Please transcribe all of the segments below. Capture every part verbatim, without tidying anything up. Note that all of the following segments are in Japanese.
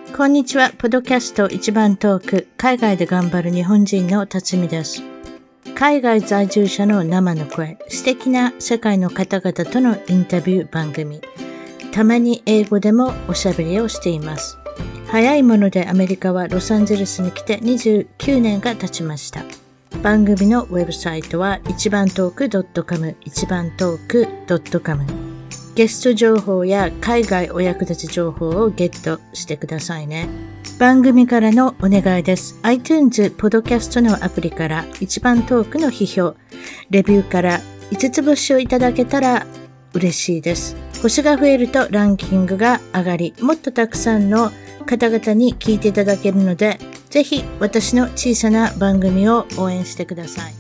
こんにちは。ポッドキャスト一番トーク、海外で頑張る日本人の辰巳です。海外在住者の生の声、素敵な世界の方々とのインタビュー番組。たまに英語でもおしゃべりをしています。早いものでアメリカはロサンゼルスに来てにじゅうきゅうねんが経ちました。番組のウェブサイトは一番トーク .com、一番トーク .com。ゲスト情報や海外お役立ち情報をゲットしてくださいね。番組からのお願いです。iTunes、ポッドキャストのアプリから一番トークの批評、レビューからいつつ星をいただけたら嬉しいです。星が増えるとランキングが上がり、もっとたくさんの方々に聞いていただけるので、ぜひ私の小さな番組を応援してください。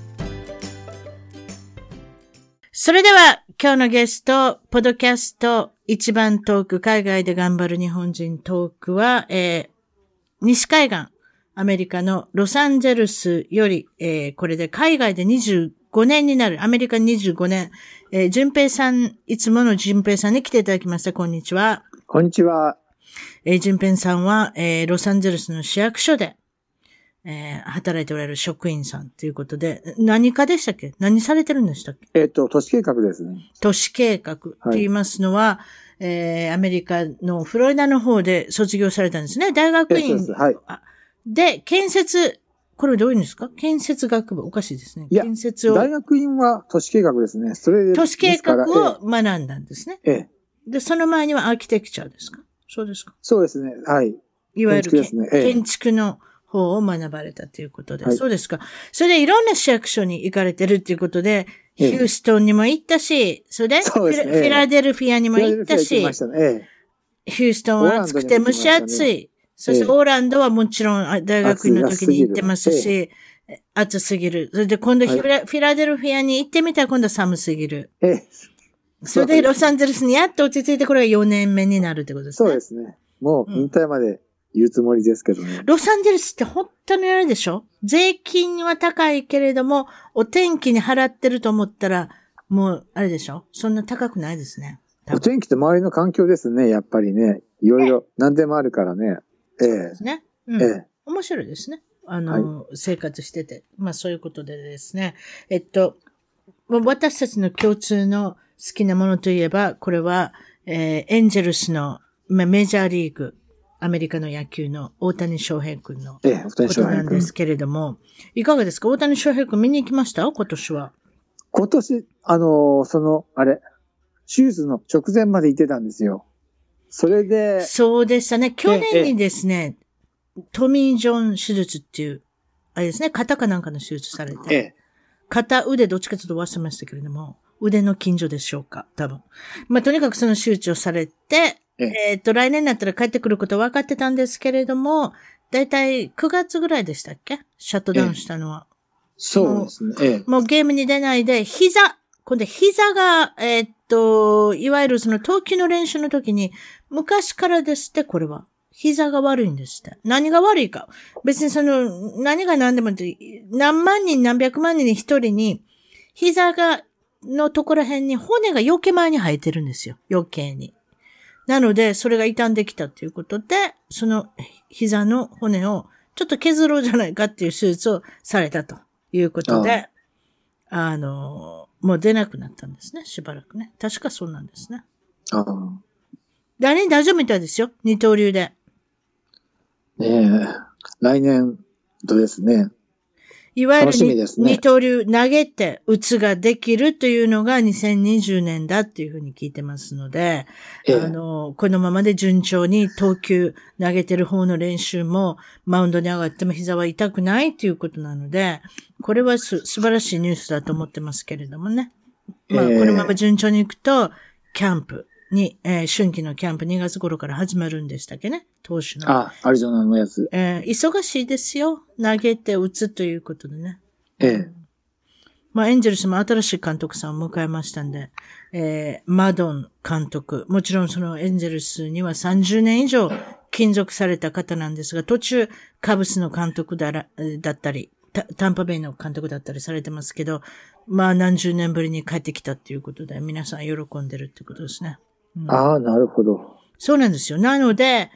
それでは今日のゲスト、ポッドキャスト一番トーク、海外で頑張る日本人トークは、えー、西海岸、アメリカのロサンゼルスより、えー、これで海外でにじゅうごねんになる、アメリカにじゅうごねん、えー、淳平さん、いつもの淳平さんに来ていただきました。こんにちは。 こんにちは。 えー、淳平さんは、えー、ロサンゼルスの市役所で、えー、働いておられる職員さんということで、何課でしたっけ？何されてるんでしたっけ？ えっと、都市計画ですね。 都市計画と言いますのは、はい、えー、アメリカのフロリダの方で卒業されたんですね。大学院で、はい、で、建設、これどういうんですか？建設学部、おかしいですね。 いや、 建設を。 大学院は都市計画ですね。それで。 都市計画を学んだんですね。 ええ。 で、その前にはアーキテクチャですか？そうですか？ そうですね。はい。 いわゆる建築ですね。ええ、 建築の方を学ばれたということで、はい、そうですか。それでいろんな市役所に行かれてるということで、ヒューストンにも行ったし、それでフィラ、フィラデルフィアにも行ったし、 行ねええ、ヒューストンは暑くて蒸し暑い。ね、そしてオーランドはもちろん大学院の時に行ってますし、暑すぎる。それで今度フィラ、はい、フィラデルフィアに行ってみたら今度は寒すぎる。 ええ、 それでロサンゼルスにやっと落ち着いてこれがよねんめになるってことですね。 そうですね。もう引退まで言うつもりですけどね。 うん、ロサンゼルスって本当にあれでしょ？税金は高いけれども、お天気に払ってると思ったら、もうあれでしょ？そんな高くないですね。 お天気って周りの環境ですね、やっぱりね。いろいろ何でもあるからね。ええ。そうですね。うん。ええ。面白いですね。あの、はい、生活してて。まあそういうことでですね。えっと、私たちの共通の好きなものといえば、これは、えー、エンジェルスのメジャーリーグ、アメリカの野球の大谷翔平君のことなんですけれども、いかがですか？大谷翔平君見に行きました？今年は。 今年、あのー、その、あれ、手術の直前まで行ってたんですよ。それで。 そうでしたね。去年にですね、トミー・ジョン手術っていう、あれですね、肩かなんかの手術されて。 ええ、 肩、腕、どっちかちょっと忘れましたけれども、腕の近所でしょうか？多分。まあ、とにかくその手術をされて、えっと、来年になったら帰ってくることは分かってたんですけれども、だいたいくがつぐらいでしたっけ？シャットダウンしたのは。 そうですね。ええ、 もうゲームに出ないで、膝、今度膝が、えー、っと、いわゆるその投球の練習の時に、昔からですって、これは。膝が悪いんですって。何が悪いか。別にその、何が何でもって、何万人何百万人に一人に、膝が、のところら辺に骨が余計前に生えてるんですよ。余計に。なので、それが傷んできたということで、その膝の骨をちょっと削ろうじゃないかっていう手術をされたということで、あ, あの、もう出なくなったんですね、しばらくね。確かそうなんですね。 ああ。 来年大丈夫みたいですよ、二刀流で。 ねえ、来年とですね。 いわゆる、ね、二刀流投げて打つができるというのがにせんにじゅうねんだっていうふうに聞いてますので、ええ、あの、このままで順調に投球投げてる方の練習もマウンドに上がっても膝は痛くないということなので、これはす素晴らしいニュースだと思ってますけれどもね。まあ、このまま順調に行くと、キャンプに、えー、春季のキャンプにがつ頃から始まるんでしたっけね、投手の。 あ、アリゾナのやつ。 えー、忙しいですよ。投げて打つということでね。 ええ。 まあ、エンジェルスも新しい監督さんを迎えましたんで、えー、マドン監督。もちろんそのエンジェルスにはさんじゅうねん以上勤続された方なんですが、途中カブスの監督だら、だったり、タンパベイの監督だったりされてますけど、まあ何十年ぶりに帰ってきたっていうことで、皆さん喜んでるってことですね。 うん、ああ、なるほど。 そうなんですよ。なので、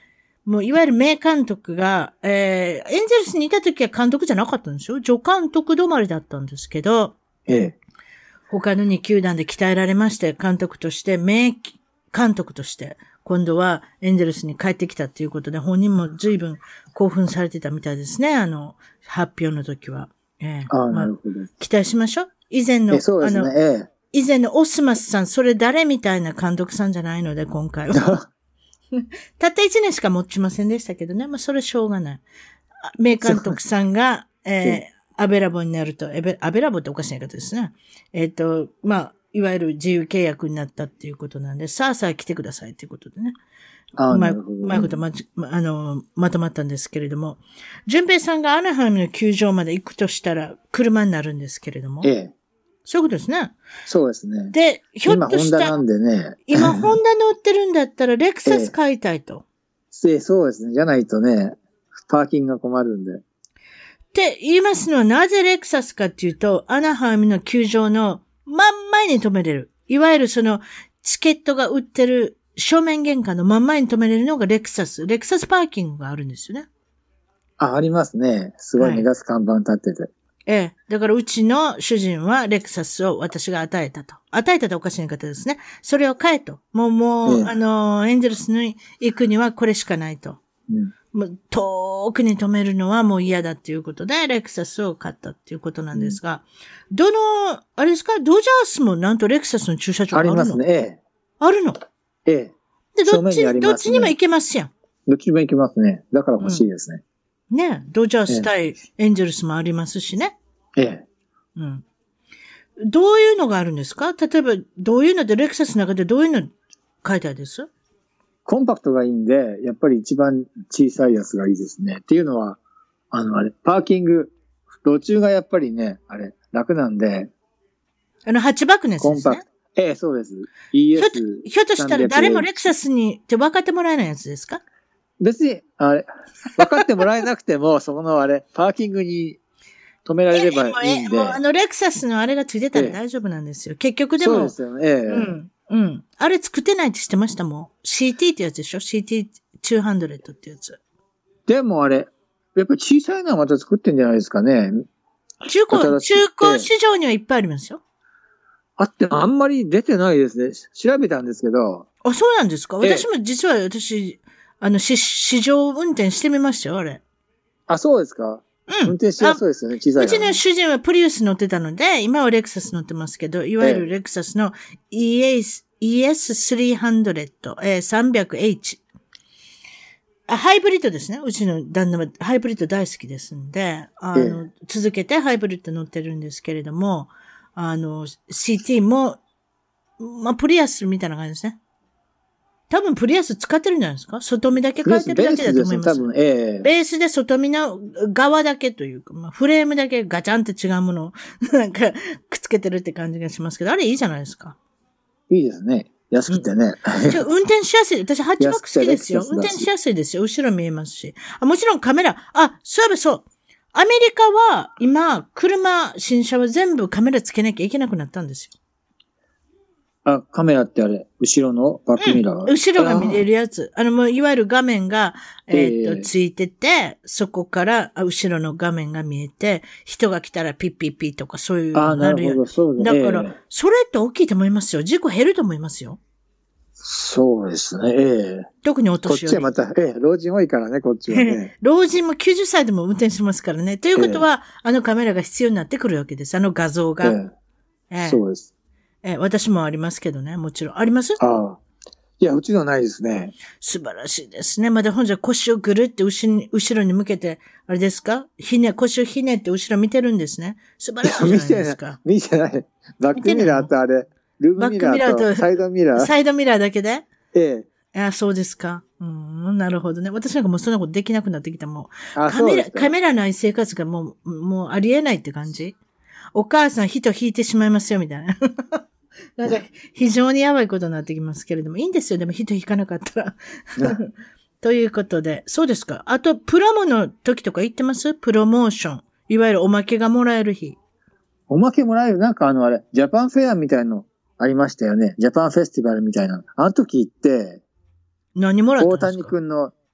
もういわゆる名監督が、えー、エンゼルスにいた時は監督じゃなかったんですよ。助監督止まりだったんですけど、 ええ。 他のに球団で鍛えられまして、監督として、名監督として、今度はエンゼルスに帰ってきたということで、本人も随分興奮されてたみたいですね、あの、発表の時は。えー、 ああ、 まあ、 なるほど。 期待しましょう。以前の、 えそうですね、 あの、 ええ。 以前のオスマスさん、それ誰みたいな監督さんじゃないので、今回は。たった一年しか持ちませんでしたけどね。まあ、それしょうがない。名監督さんが、えー、アベラボになると、アベアベラボっておかしな言い方ですね。えっと、まあ、いわゆる自由契約になったっていうことなんで、さあさあ来てくださいっていうことでね。 ああ、 うまい、 なるほど。 うまいことま、あの、まとまったんですけれども、順平さんがアナハイムの球場まで行くとしたら、車になるんですけれども。 ええ。 そういうことですね。 そうですね。 で、ひょっとしたら、 今、ホンダなんでね。 今、ホンダ乗ってるんだったら、レクサス買いたいと。 ええ、そうですね。じゃないとね、パーキングが困るんで。 って言いますのは、なぜレクサスかっていうと、アナハイムの球場の真ん前に止めれる。いわゆるその、チケットが売ってる正面玄関の真ん前に止めれるのがレクサス。レクサスパーキングがあるんですよね。 あ、ありますね。すごい目立つ看板立ってて。 ええ。だからうちの主人はレクサスを私が与えたと。与えたとおかしな方ですね。それを買えと。もうもう、 ええ、 あの、エンゼルスに行くにはこれしかないと。 うん、 もう遠くに止めるのはもう嫌だっていうことで、レクサスを買ったっていうことなんですが、うん、どの、あれですか、ドジャースもなんとレクサスの駐車場があるの？ ありますね。ええ。 あるの？ ええ。 で、どっち、 ね、 どっちにも行けますやん。 どっちにも行けますね。だから欲しいですね。 うん、ね、ドジャース対エンゼルスもありますしね。 ええ。 うん。どういうのがあるんですか？例えば、どういうので、レクサスの中でどういうの書いてあるんです？ コンパクトがいいんで、やっぱり一番小さいやつがいいですね。っていうのは、あの、あれ、パーキング、路中がやっぱりね、あれ、楽なんで。 あの、ハッチバックのやつですね。コンパクト。 ええ、そうです。イーエス。 ひょっと、ひょっとしたら誰もレクサスにって分かってもらえないやつですか？ 別に、あれ、分かってもらえなくても、そこのあれ、パーキングに止められればいいんで。 もうあの、レクサスのあれがついてたら大丈夫なんですよ。ええ、結局でも。 そうですよね。ええ、 うん。うん。あれ作ってないって知ってましたもん。シーティー ってやつでしょ？ シーティーにひゃく ってやつ。 でもあれ、やっぱり小さいのはまた作ってんじゃないですかね。 中古、中古市場にはいっぱいありますよ。 あって、あんまり出てないですね。調べたんですけど。 あ、そうなんですか？私も実は私、あの、し、市場運転してみましたよ、あれ。 あ、そうですか？うん。運転しやすいですよね、小さい、ね。 うちの主人はプリウス乗ってたので、今はレクサス乗ってますけど、いわゆるレクサスの イーエス、イーエスさんびゃく、えー、さんびゃくエイチ。あ、ハイブリッドですね。うちの旦那はハイブリッド大好きですんで、あの、ええ、続けてハイブリッド乗ってるんですけれども、あの、シーティー も、まあ、プリアスみたいな感じですね。多分プリアス使ってるんじゃないですか？外見だけ変えてるだけだと思います。 多分、ええ、 ベースで外見の側だけというか、まあ、フレームだけガチャンって違うものをなんかくっつけてるって感じがしますけど、あれいいじゃないですか。 いいですね。安くてね。 うん、ちょ運転しやすい。私、ハッチバック好きですよ。運転しやすいですよ。後ろ見えますし。あ、もちろんカメラ。あ、そういえばそう。アメリカは今、車、新車は全部カメラつけなきゃいけなくなったんですよ。 あ、カメラってあれ、後ろのバックミラー、うん、 後ろが見れるやつ。あの、もう、いわゆる画面が、えー、っと、ついてて、そこから、後ろの画面が見えて、人が来たらピッピッピッとかそういうのになるよ。あ、なるほど、そうですね。だから、それって大きいと思いますよ。事故減ると思いますよ。 そうですね、ええ。 特にお年寄り。 こっちはまた、ええ、老人多いからね、こっちはね。 老人もきゅうじゅっさいでも運転しますからね。ということは、ええ、あのカメラが必要になってくるわけです。あの画像が。えええ、そうです。 え、私もありますけどね、もちろん。あります？ ああ。いや、うちのはないですね。 素晴らしいですね。まだ本じゃ腰をぐるって後ろに、後ろに向けて、あれですか？ひね、腰をひねって後ろ見てるんですね。素晴らしいじゃないですか。 見てない。見てない。バックミラーとあれ、ルームミラーとサイドミラー。 サイドミラーだけで？ ええ。 あ、そうですか。うん、なるほどね。私なんかもうそんなことできなくなってきた。もう。カメラ、カメラない生活がもう、もうありえないって感じ。お母さん人引いてしまいますよ、みたいな。なんか、非常にやばいことになってきますけれども、いいんですよ。でも人引かなかったら。ということで、そうですか。あと、プロモの時とか行ってます？プロモーション。いわゆるおまけがもらえる日。 おまけもらえる？なんかあのあれ、ジャパンフェアみたいのありましたよね。ジャパンフェスティバルみたいな。あの時行って、 何もらったんですか？ 大谷くんの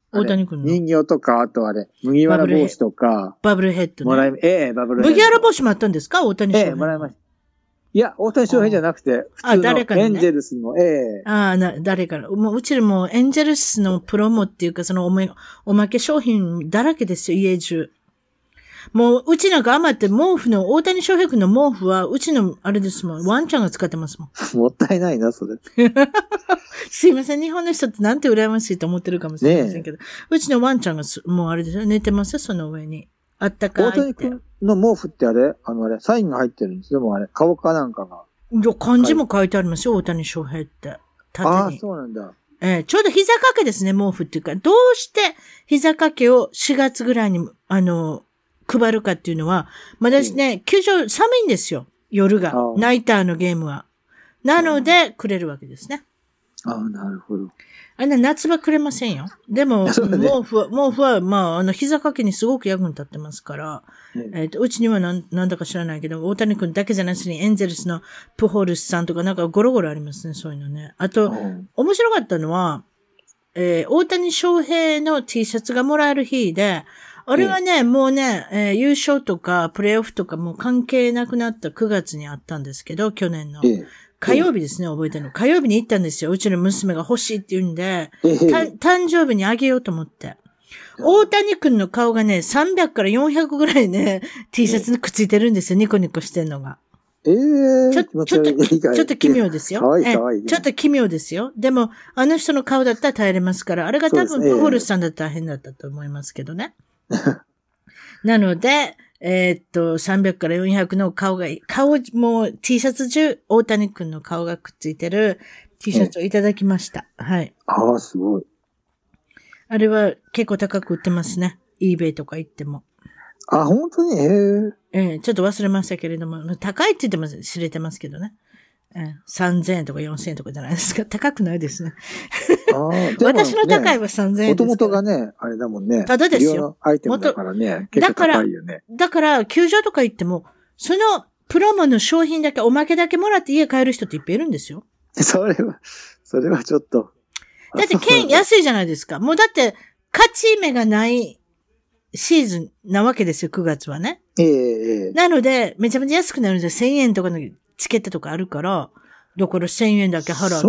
大谷君の。 人形とか、あとあれ、麦わら帽子とか。 バブルヘッドね。 もらい、ええ、バブルヘッド。 麦わら帽子もあったんですか大谷翔平。 ええ、もらいました。いや、大谷翔平じゃなくて、普通のエンジェルスの、ええ。 ああ、な、誰から。もう、うちでもエンジェルスのプロモっていうか、そのおま、おまけ商品だらけですよ、家中。もう、うちなんか余って毛布の、大谷翔平君の毛布は、うちの、あれですもん、ワンちゃんが使ってますもん。 もったいないな、それ。 すいません、日本の人ってなんて羨ましいと思ってるかもしれませんけど、ね、うちのワンちゃんがす、もうあれですよ、寝てますよ、その上に。あったかいって。 大谷君の毛布ってあれあのあれ、サインが入ってるんですよ、もうあれ、顔かなんかが。 いや、漢字も書いてありますよ、大谷翔平って。縦に。 ああ、そうなんだ。 えー、ちょうど膝掛けですね、毛布っていうか。どうして膝掛けをしがつぐらいに、あの、配るかっていうのは、まあ、私ね、球場寒いんですよ、夜が。ナイターのゲームは。なので、くれるわけですね。 ああ、なるほど。 あんな夏場くれませんよ。でも、ね、毛布は、毛布は、まあ、あの、膝掛けにすごく役に立ってますから、ね、えっ、ー、と、うちにはなん、なんだか知らないけど、大谷君だけじゃなしにエンゼルスのプホルスさんとかなんかゴロゴロありますね、そういうのね。あと、面白かったのは、えー、大谷翔平の T シャツがもらえる日で、あれはね、もうね、えー、優勝とかプレイオフとかもう関係なくなったくがつにあったんですけど、去年の。火曜日ですね、覚えてるの。火曜日に行ったんですよ。うちの娘が欲しいって言うんで、誕生日にあげようと思って。大谷くんの顔がね、さんびゃくからよんひゃくぐらいね、T シャツにくっついてるんですよ。ニコニコしてんのが。 ええー、 ちょ、ちょっと、ちょっと奇妙ですよ。 かわいいかわいい、 ね。ちょっと奇妙ですよ。でも、あの人の顔だったら耐えれますから、あれが多分、プホルスさんだったら大変だったと思いますけどね。なので、えー、っと、さんびゃくからよんひゃくの顔が、顔も T シャツ中、大谷くんの顔がくっついてる T シャツをいただきました。はい。 ああ、すごい。 あれは結構高く売ってますね。eBay とか行っても。 あ、本当にへえ。 ええー、ちょっと忘れましたけれども、高いって言っても知れてますけどね。えー、さんぜんえんとかよんせんえんとかじゃないですか。高くないですね。 あね私の高いはさんぜんえんです。 もともとがね、あれだもんね。 ただですよ。 アイテムだからね、結構高いよね。 だから、だから球場とか行っても、そのプロモの商品だけ、おまけだけもらって家帰る人っていっぱいいるんですよ。 それは、それはちょっと。 だって券安いじゃないですか。もうだって、勝ち目がないシーズンなわけですよ、くがつはね。 ええええ。 なので、めちゃめちゃ安くなるんですよ。せんえんとかのチケットとかあるから、だからせんえんだけ払って、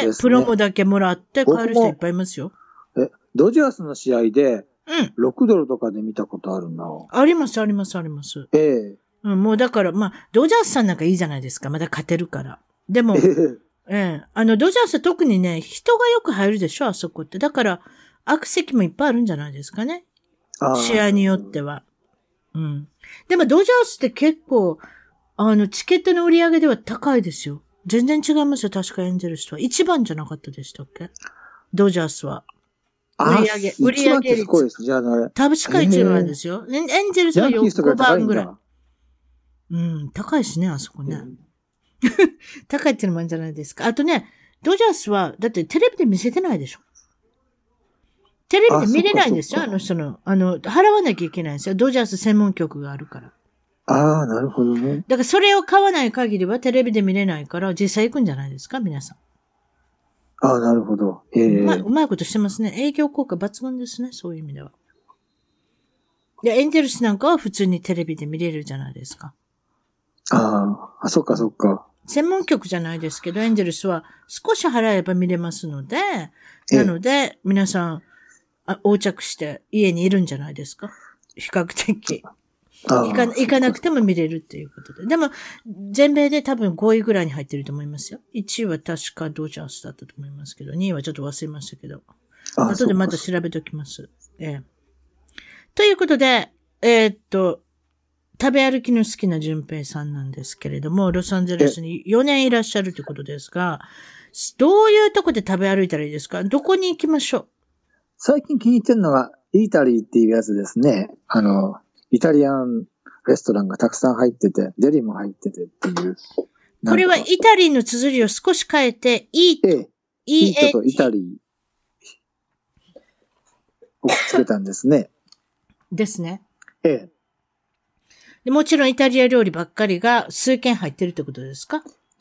ね、プロモだけもらって帰る人いっぱいいますよ。 え、ドジャースの試合で、うん。ろくドルとかで見たことあるな。 あります、あります、あります。 ええ。 うん、もうだから、まあ、ドジャースさんなんかいいじゃないですか。まだ勝てるから。でも、ええ、ええ、あの、ドジャース特にね、人がよく入るでしょ、あそこって。だから、アク席もいっぱいあるんじゃないですかね。試合によっては。うん。でも、ドジャースって結構、あの、チケットの売り上げでは高いですよ。全然違いますよ、確かエンゼルスとは。一番じゃなかったでしたっけドジャースは。売り上げ、売り上げ率。 すごいです。じゃあね。 確か一番ですよ。エンゼルスはごばんぐらい。うん、高いしね、あそこね。うん、高いっていうのもあるんじゃないですか。あとね、ドジャースは、だってテレビで見せてないでしょ。テレビで見れないんですよ、あの人の。あの、払わなきゃいけないんですよ。ドジャース専門局があるから。 ああ、なるほどね。 だからそれを買わない限りはテレビで見れないから、実際行くんじゃないですか、皆さん。 ああ、なるほど。ええー。 うまい、うまいことしてますね。営業効果抜群ですね、そういう意味では。で、エンゼルスなんかは普通にテレビで見れるじゃないですか。 ああ、あ、そっかそっか。 専門局じゃないですけど、エンゼルスは少し払えば見れますので、なので、皆さん、あ横着して家にいるんじゃないですか。比較的。行か、行かなくても見れるっていうことで。でも、全米で多分ごいぐらいに入ってると思いますよ。いちいは確かドジャースだったと思いますけど、にいはちょっと忘れましたけど。あ後でまた調べておきます。ええ。ということで、えー、っと、食べ歩きの好きな淳平さんなんですけれども、ロサンゼルスによねんいらっしゃるということですが、どういうとこで食べ歩いたらいいですか？どこに行きましょう？ 最近気に入ってるのが、イタリーっていうやつですね。あの、イタリアンレストランがたくさん入ってて、デリも入っててっていう。 これはイタリーの綴りを少し変えて、イート、 ええ、イートとイタリーをつけたんですね。 ですね。 ええ。 でもちろんイタリア料理ばっかりが数軒入ってるってことですか？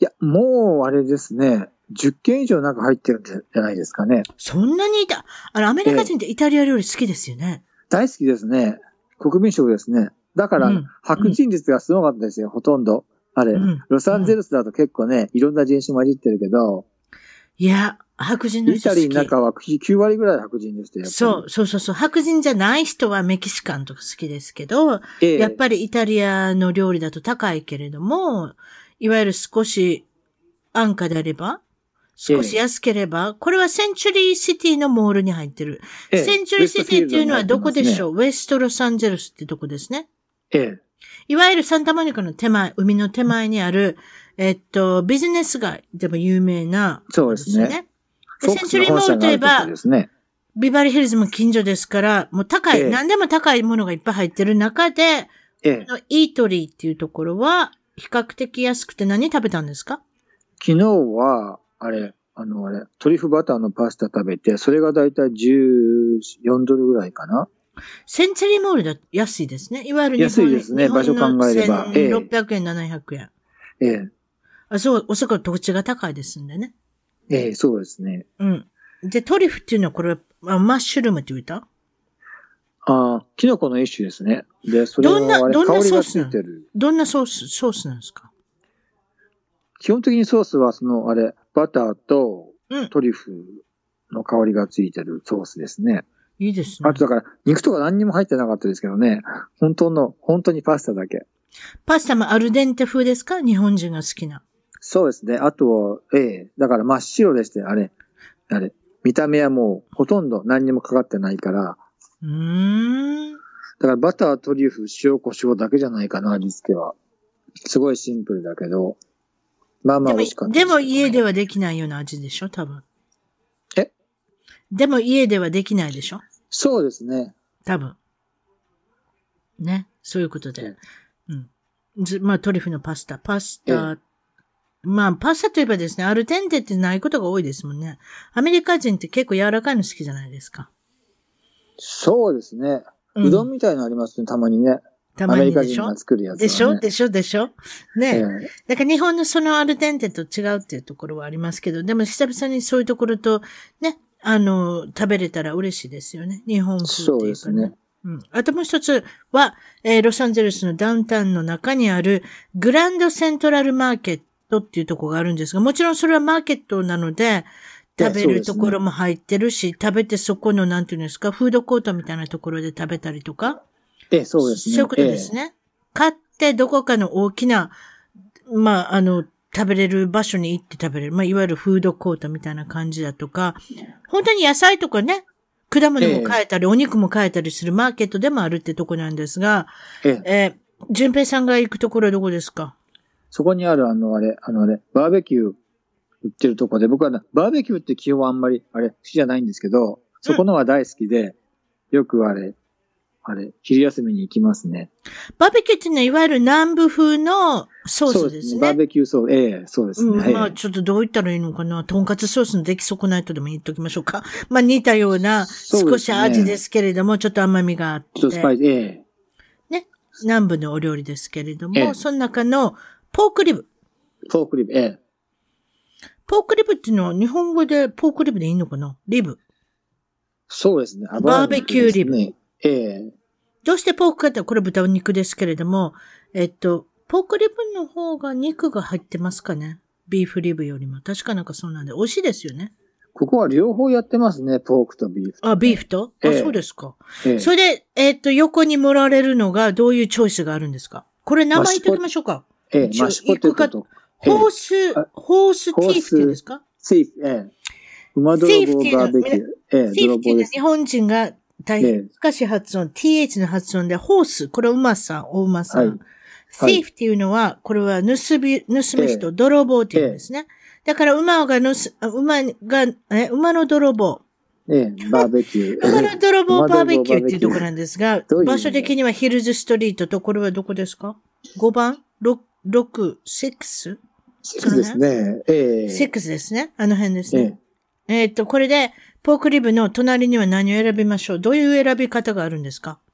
いや、もうあれですね。じゅっけん以上なんか入ってるんじゃないですかね。 そんなにいた、あの、アメリカ人ってイタリア料理好きですよね。 大好きですね。国民食ですね。だから、 うん白人率がすごかったですよ、ほとんど。あれ、 うんロサンゼルスだと結構ね、いろんな人種混じってるけど、 いや、白人のイ人好き。 タリーの中はきゅう割ぐらい白人でしたよ。 そう、そうそうそう。白人じゃない人はメキシカンとか好きですけど、 ええ、 やっぱりイタリアの料理だと高いけれども、いわゆる少し安価であれば、少し安ければ、これはセンチュリーシティのモールに入ってる。 ええセンチュリーシティっていうのはどこでしょウう、ウェストロサンゼルスってとこですね。 ええ。 いわゆるサンタモニカの手前、海の手前にある、えっと、ビジネス街でも有名な、 そうですね。 でセンチュリーモールといえば、 ね、 ビバリーヒルズも近所ですから、もう高い、ええ、何でも高いものがいっぱい入ってる中で、ええ、イートリーっていうところは、比較的安くて何食べたんですか？ 昨日は、あれ、あの、あれ、トリュフバターのパスタ食べて、それがだいたいじゅうよんドルぐらいかな。 センチュリーモールだと安いですね。いわゆる日本安いですね、場所考えれば。 せんろっぴゃくえん、ええ、ななひゃくえん。 ええ。 あ、そう、おそらく土地が高いですんでね。 ええ、そうですね。 うん。で、トリュフっていうのはこれ、マッシュルームって言った？ ああ、キノコの一種ですね。で、それはあれ、香りがついてる。 どんなソース、ソースなんですか？ 基本的にソースは、その、あれ、バターとトリュフの香りがついてるソースですね。 うん、いいですね。 あとだから、肉とか何にも入ってなかったですけどね。本当の、本当にパスタだけ。 パスタもアルデンテ風ですか？日本人が好きな。 そうですね。あと、ええ、だから真っ白でして、あれ、あれ、見た目はもうほとんど何にもかかってないから。 うーん。 だからバター、トリュフ、塩、胡椒だけじゃないかな、味付けは。すごいシンプルだけど。まあまあ美味しかったでも、でも家ではできないような味でしょ、多分。 えでも家ではできないでしょ？ そうですね。 多分。ね。そういうことで。うん。ずまあトリュフのパスタ。パスタ。まあ、パスタといえばですね、アルデンテってないことが多いですもんね。アメリカ人って結構柔らかいの好きじゃないですか。 そうですね。うどんみたいなのありますね、たまにね。 たまにでしょ。 アメリカ人が作るやつ、ね。 でしょでしょでしょねえ、 えー。 だから日本のそのアルデンテと違うっていうところはありますけど、でも久々にそういうところとね、あの、食べれたら嬉しいですよね。日本風っていうかね。そうですね。うん。あともう一つは、えー、ロサンゼルスのダウンタウンの中にあるグランドセントラルマーケットっていうところがあるんですが、もちろんそれはマーケットなので、食べるところも入ってるし、ね、食べてそこのなんていうんですか、フードコートみたいなところで食べたりとか。 ええ、そうですね。 そういうことですね。ええ、買ってどこかの大きな、まあ、あの、食べれる場所に行って食べれる。まあ、いわゆるフードコートみたいな感じだとか、本当に野菜とかね、果物も買えたり、ええ、お肉も買えたりするマーケットでもあるってとこなんですが、ええ、えー、淳平さんが行くところはどこですか？ そこにあるあの、あれ、あのあれ、バーベキュー売ってるとこで、僕はバーベキューって基本あんまり、あれ、好きじゃないんですけど、そこのは大好きで、うん、よくあれ、あれ、昼休みに行きますね。 バーベキューってのは、いわゆる南部風のソースですね。そうですね。 バーベキューソース、ええ、そうですね。 うん、まあ、ちょっとどう言ったらいいのかな。とんかつソースの出来損ないとでも言っときましょうか。まあ、似たような、少し味ですけれども、ね、ちょっと甘みがあって。 ちょっとスパイス、ええ。 ね。南部のお料理ですけれども、ええ、その中のポークリブ。 ポークリブ、ええ。 ポークリブっていうのは、日本語でポークリブでいいのかな？リブ。 そうですね。 バーベキューリブ。 ええ。 どうしてポークかってこれ豚肉ですけれども、えっと、ポークリブの方が肉が入ってますかね？ビーフリブよりも。確かなんかそうなんで、美味しいですよね。 ここは両方やってますね、ポークとビーフと、ね。 あ、ビーフと、ええ、あ、そうですか。 ええ、 それで、えっと、横に盛られるのがどういうチョイスがあるんですか？これ名前言っておきましょうか。 ええ、マッシュポテトと。 ホース、ホースティーフっていうんですか？ ティーフ、ええ。馬泥棒バーベキュー。ええ、泥棒です。 日本人が大変難しい発音、ティーエイチ の発音で、ホース、これは馬さん、お馬さん。はい、ティーフっていうのは、これは盗み、盗む人、泥棒っていうんですね。だから馬が盗、馬が、え、馬の泥棒。 ええ、バーベキュー。 馬の泥棒バーベキューっていうところなんですが、場所的にはヒルズストリートと、これはどこですか？ ご 番 ?ろく、ろく、ろく? そうですね。ええ。 ろくですね。あの辺ですね。ええー、っと、これで、ポークリブの隣には何を選びましょう？どういう選び方があるんですか？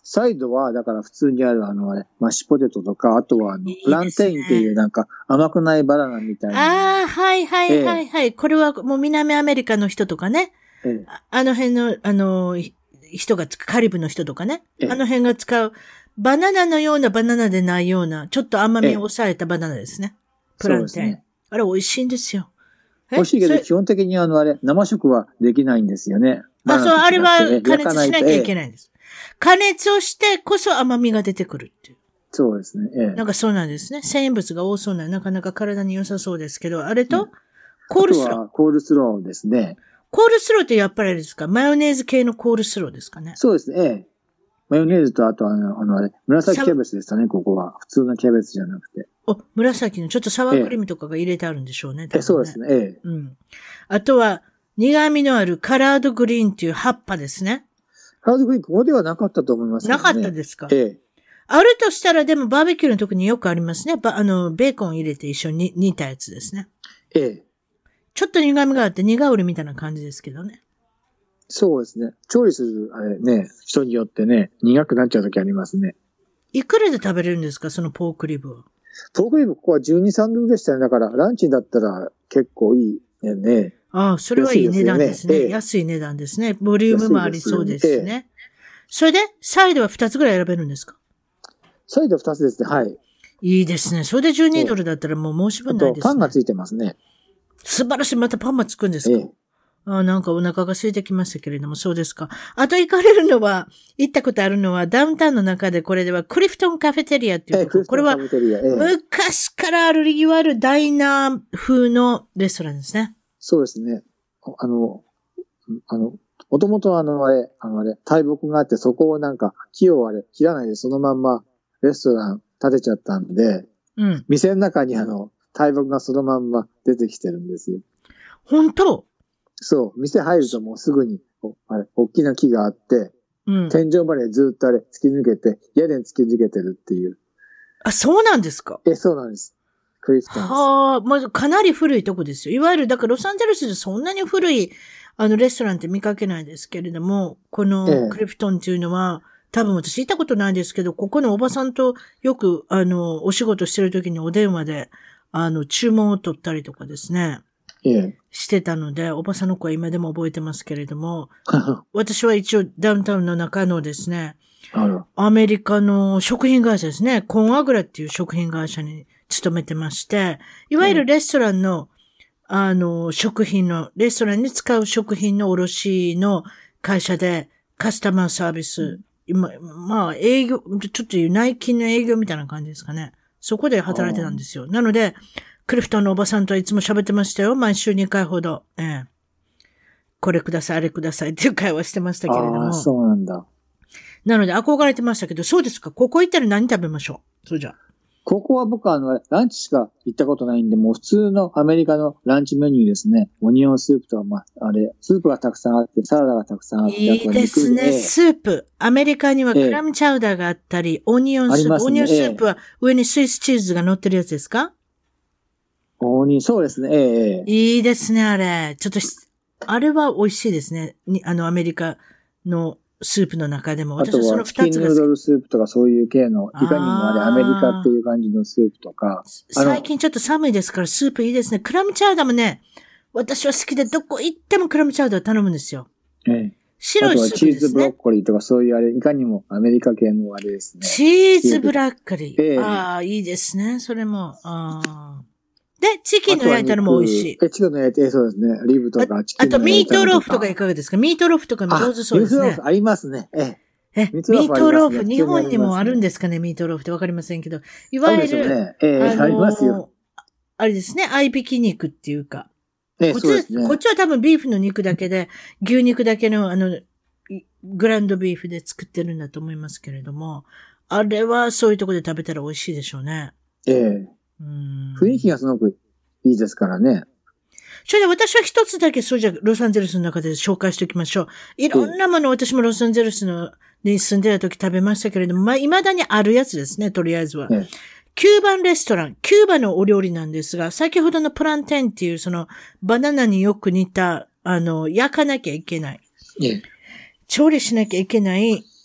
サイドは、だから普通にあるあの、あれ、マッシュポテトとか、あとはあの、 いいですねプランテインっていうなんか甘くないバナナみたいな。 ああ、はいはいはいはい。これはもう南アメリカの人とかね。 ええ、 ああの辺の、あの、ひ人がつく、カリブの人とかね。 ええあの辺が使う、バナナのようなバナナでないような、ちょっと甘みを抑えたバナナですね。プランテイン。 そうですね。 あれ美味しいんですよ。え美味しいけど、 それ基本的にあの、あれ、生食はできないんですよね。 あ、そう、あれは加加熱しなきゃいけないんです。加熱をしてこそ甘みが出てくるっていう。 そうですね。ええ、 なんかそうなんですね。繊維物が多そうな、なかなか体に良さそうですけど、あれと、 うんコールスロー。 あとはコールスローですね。 コールスローってやっぱりあれですか？マヨネーズ系のコールスローですかね。 そうですね。ええ。マヨネーズと、あとあの、あの、あれ、紫キャベツでしたね、ここは。普通のキャベツじゃなくて。 お、紫のちょっとサワークリームとかが入れてあるんでしょうね。 ええ、そうですね。ええ。 うん。あとは、苦味のあるカラードグリーンっていう葉っぱですね。 カラードグリーン、ここではなかったと思いますけどね。 なかったですか？ ええ。 あるとしたら、でもバーベキューの時によくありますね。ば、あの、ベーコン入れて一緒に煮たやつですね。 ええ。 ちょっと苦味があって苦売りみたいな感じですけどね。 そうですね。調理する、あれね、人によってね、苦くなっちゃう時ありますね。 いくらで食べれるんですか、そのポークリブは。 ポークリブ、ここはじゅうに、さんドルでしたね。だから、ランチだったら結構いいね。 ああ、それはいい値段ですね。 安いですよねええ安い値段ですね。ボリュームもありそうですしね。 安いですよねそれで、サイドはふたつぐらい選べるんですか？ サイドふたつですね。はい。 いいですね。それでじゅうにドルだったらもう申し分あと、 ないですね。 パンがついてますね。 素晴らしい。またパンもつくんですか？ ええ。 ああ、なんかお腹が空いてきましたけれども、そうですか。あと行かれるのは、行ったことあるのは、ダウンタウンの中でこれでは、クリフトンカフェテリアっていうところ。これは、昔からある、いわゆるダイナー風のレストランですね。 そうですね。あの、あの、もともとあの、あれ、あのあれ、大木があって、そこをなんか、木をあれ、切らないでそのまんま、レストラン建てちゃったんで、 うん。 店の中にあの、大木がそのまんま出てきてるんですよ。 本当？ そう、店入るともうすぐに、あれ、大きな木があって、 うん。 天井までずっとあれ、突き抜けて、屋根突き抜けてるっていう。 あ、そうなんですか？ え、そうなんです。クリフトンです。 はあ、まずかなり古いとこですよ。いわゆる、だからロサンゼルスでそんなに古い、あの、レストランって見かけないですけれども、こええのクリフトンっていうのは、多分私行ったことないですけど、ここのおばさんとよく、あの、お仕事してる時にお電話で、あの、注文を取ったりとかですね、 ええ。 してたので、おばさんの子は今でも覚えてますけれども、私は一応ダウンタウンの中のですね、 あら。 アメリカの食品会社ですね、コンアグラっていう食品会社に勤めてまして、いわゆるレストランの、あの、食品の、レストランに使う食品の卸の会社で、カスタマーサービス、今、まあ、営業、ちょっと内勤の営業みたいな感じですかね。そこで働いてたんですよ。なので、クリフトンのおばさんとはいつも喋ってましたよ。毎週にかいほど。ええ。これください、あれくださいっていう会話してましたけれども。 ああ、そうなんだ。 なので憧れてましたけど、そうですか。ここ行ったら何食べましょう。そうじゃ。 ここは僕はあの、ランチしか行ったことないんで、もう普通のアメリカのランチメニューですね。オニオンスープとか、まあ、あれ、スープがたくさんあって、サラダがたくさんあって、 いいですね。スープ。アメリカにはクラムチャウダーがあったり、オニオンスープ。ね、オニオンスープは上にスイスチーズが乗ってるやつですか？ オニ、そうですね。ええ。 いいですね、あれ。ちょっと、あれは美味しいですね。にあの、アメリカのスープの中でも。 あとはチキンヌードルスープとかそういう系の、いかにもあれ、アメリカっていう感じのスープとか。 最近ちょっと寒いですからスープいいですね。クラムチャウダーもね、私は好きでどこ行ってもクラムチャウダー頼むんですよ。 ええ。 白いスープですね。あとはチーズブロッコリーとかそういうあれ、いかにもアメリカ系のあれですね。 チーズブラッコリー。 ええ、 ああ、いいですね。それも。あで、チキンの焼いたのも美味しい。 え、チキンの焼いて、そうですね。リブとかチキンの焼いたのとか。 あと、ミートローフとかいかがですか？ミートローフとかも上手そうですね。 ミートローフありますね。ええ。 え、ミートローフ、日本にもあるんですかね、ミートローフってわかりませんけど。いわゆる、 ねえー、あ, ありますよ。 あれですね、合いびき肉っていうか。 ね、 こっち、ね、こっちは多分ビーフの肉だけで、牛肉だけの、あの、グランドビーフで作ってるんだと思いますけれども、あれはそういうところで食べたら美味しいでしょうね。 ええー。うん雰囲気がすごくいいですからね。 それで私は一つだけそうじゃ、ロサンゼルスの中で紹介しておきましょう。いろんなもの、私もロサンゼルスのに住んでた時食べましたけれども、まあ、未だにあるやつですね、とりあえずは。ええ、キューバンレストラン、キューバのお料理なんですが、先ほどのプランテンっていうそのバナナによく似た、あの、焼かなきゃいけない。 ええ、 調理しなきゃいけない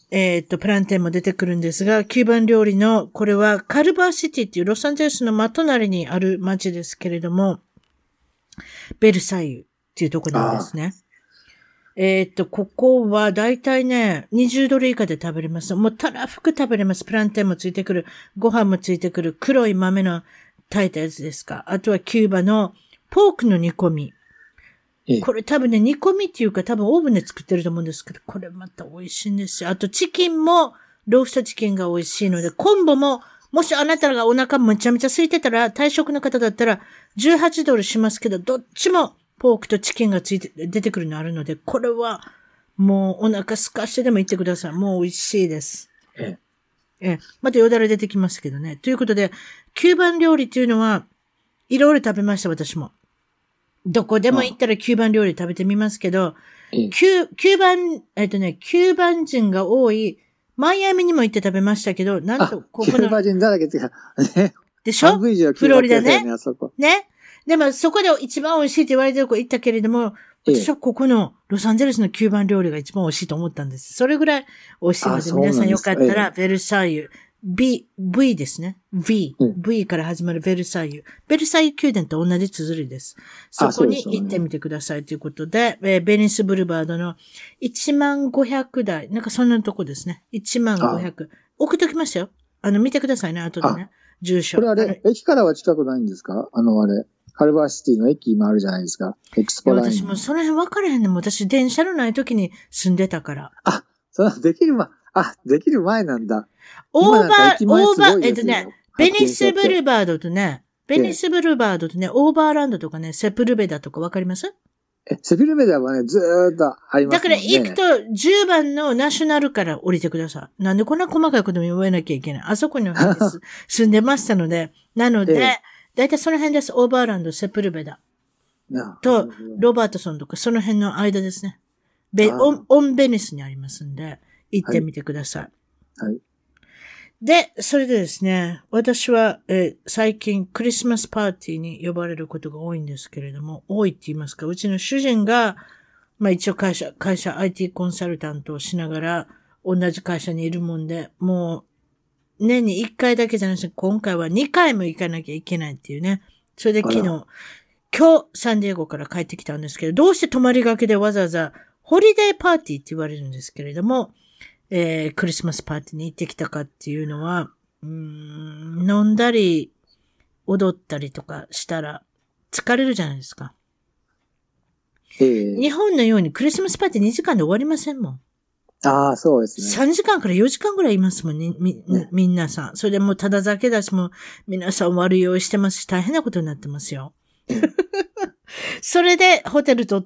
えっと、プランテンも出てくるんですが、キューバン料理の、これはカルバーシティっていうロサンゼルスの真隣にある町ですけれども、ベルサイユっていうとこなんですね。えっと、ここはだいたいね、にじゅうドル以下で食べれます。もうたらふく食べれます。プランテンもついてくる。ご飯もついてくる。黒い豆の炊いたやつですか。あとはキューバのポークの煮込み。これ多分ね、煮込みっていうか多分オーブンで作ってると思うんですけど、これまた美味しいんですよ。あとチキンも、ローストチキンが美味しいので、コンボも、もしあなたがお腹めちゃめちゃ空いてたら、退職の方だったらじゅうはちドルしますけど、どっちもポークとチキンがついて、出てくるのあるので、これはもうお腹空かしてでも行ってください。もう美味しいです。ええ。え、またよだれ出てきますけどね。ということで、キューバン料理っていうのは、いろいろ食べました、私も。どこでも行ったらキューバン料理食べてみますけど、キュー、キューバン、えっとね、キューバン人が多い、マイアミにも行って食べましたけど、なんと、ここの。 キューバ人だらけってか、ね。 でしょ半分以上フロリダね。 あそこね。でも、そこで一番美味しいって言われてるとこ行ったけれども、私はここのロサンゼルスのキューバン料理が一番美味しいと思ったんです。それぐらい美味しいので、皆さんよかったら、ベルサイユ、B、V ですね。V、うん。V から始まるベルサイユ。ベルサイユ宮殿と同じ綴りです。そこに行ってみてくださいということで、えー、ベニスブルバードのいちまんごひゃくだい、なんかそんなとこですね。いちまんごひゃく。送っときましたよ。あの、見てくださいね、後でね。住所。 これあれ、駅からは近くないんですか？あの、あれ。カルバーシティの駅もあるじゃないですか。エクスポライン。 私もその辺分からへんねん。私、電車のない時に住んでたから。 あ、その、できる前、あ、できる前なんだ。 オーバー、オーバー、えっとね、ベニスブルバードとね、ベニスブルバードとね、オーバーランドとかね、セプルベダとか分かります？ え、セプルベダはね、ずーっとありますね。 だから行くとじゅうばんのナショナルから降りてください。なんでこんな細かいことも言わなきゃいけない。あそこに住んでましたので、なので、ええ、だいたいその辺です。オーバーランド、セプルベダ。と、ロバートソンとか、その辺の間ですね。ベオン、オンベニスにありますんで、行ってみてください。 はい。はい、 で、それでですね、私は、えー、最近クリスマスパーティーに呼ばれることが多いんですけれども、多いって言いますか、うちの主人が、まあ一応会社、会社 アイティー コンサルタントをしながら、同じ会社にいるもんで、もう、年にいっかいだけじゃなくて、今回はにかいも行かなきゃいけないっていうね。それで昨日、今日サンディエゴから帰ってきたんですけど、どうして泊まりがけでわざわざホリデーパーティーって言われるんですけれども、えー、クリスマスパーティーに行ってきたかっていうのは、うーん、飲んだり、踊ったりとかしたら疲れるじゃないですか。 えー、 日本のようにクリスマスパーティーにじかんで終わりませんもん。 ああ、そうですね。 さんじかんからよじかんぐらいいますもんね、み、ね、みんなさん。それでもうただ酒だしも、皆さん悪い用意してますし、大変なことになってますよ。それでホテル取って、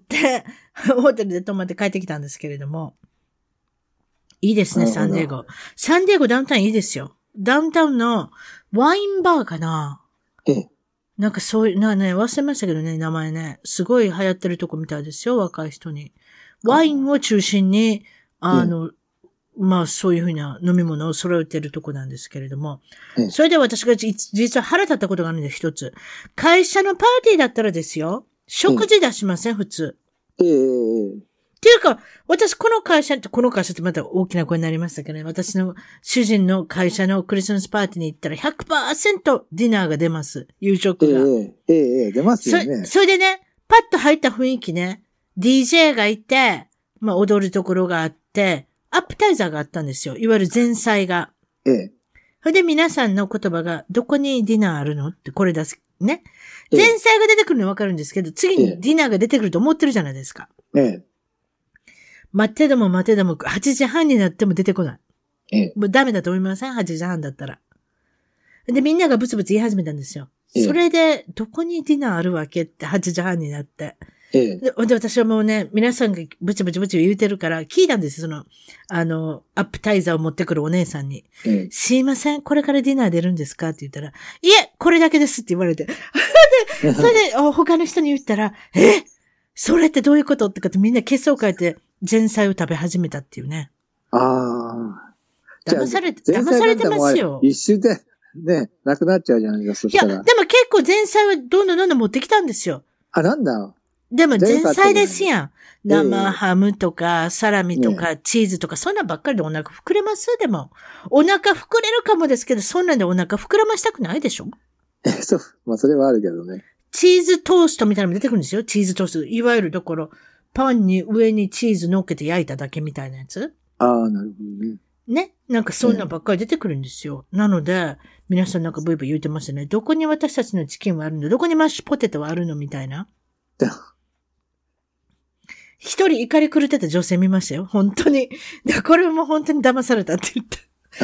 ホテルで泊まって帰ってきたんですけれども。いいですね、サンディエゴ。サンディエゴダウンタウンいいですよ。ダウンタウンのワインバーかな。 ええ。 なんかそういう、なね、忘れましたけどね、名前ね。すごい流行ってるとこみたいですよ、若い人に。ワインを中心に、あの、うんまあそういうふうな飲み物を揃えてるとこなんですけれども。それで私が実は腹立ったことがあるんです、一つ。会社のパーティーだったらですよ。食事出しません、普通。 ええっていうか、私この会社って、この会社ってまた大きな声になりましたけどね。私の主人の会社のクリスマスパーティーに行ったら ひゃくパーセント ディナーが出ます。夕食が。 ええええ出ますよね。 そ、それでね、パッと入った雰囲気ね、ディージェー がいて、まあ踊るところがあって、アップタイザーがあったんですよ。いわゆる前菜が。 ええ。 それで皆さんの言葉が、どこにディナーあるのってこれ出す。ね。前菜が出てくるのはわかるんですけど、次にディナーが出てくると思ってるじゃないですか。 ええ。 待ってでも待ってでも、はちじはんになっても出てこない。 ええ。 もうダメだと思いません ?はちじはんだったら。で、みんながブツブツ言い始めたんですよ。ええ、それで、どこにディナーあるわけってはちじはんになって。 ええ、 で、で私はもうね、皆さんがブチブチブチ言うてるから、聞いたんですよ、その、あの、アップタイザーを持ってくるお姉さんに。 ええ、 すいません、これからディナー出るんですかって言ったら、いえ、これだけですって言われて。で、それで、他の人に言ったら、えそれってどういうことってかってみんな結を変えて前菜を食べ始めたっていうね。 ああ。 騙されて、騙されてますよ。 一瞬で、ね、なくなっちゃうじゃないですか、そしたら。 いや、でも結構前菜はどんどんどんどん持ってきたんですよ。 あ、なんだでも前菜ですやん。 誰かって生ハムとか、サラミとか、チーズとか、そんなんばっかりでお腹膨れますでも。お腹膨れるかもですけど、そんなんでお腹膨らましたくないでしょ？ え、そう。まあ、それはあるけどね。 チーズトーストみたいなのも出てくるんですよ。チーズトースト。いわゆるところ、パンに上にチーズ乗っけて焼いただけみたいなやつ。 ああ、なるほどね。 ね。なんかそんなんばっかり出てくるんですよ。なので、皆さんなんかブイブイ言ってますね。どこに私たちのチキンはあるの？どこにマッシュポテトはあるのみたいな。一人怒り狂ってた女性見ましたよ。本当に。で、これも本当に騙されたって言った。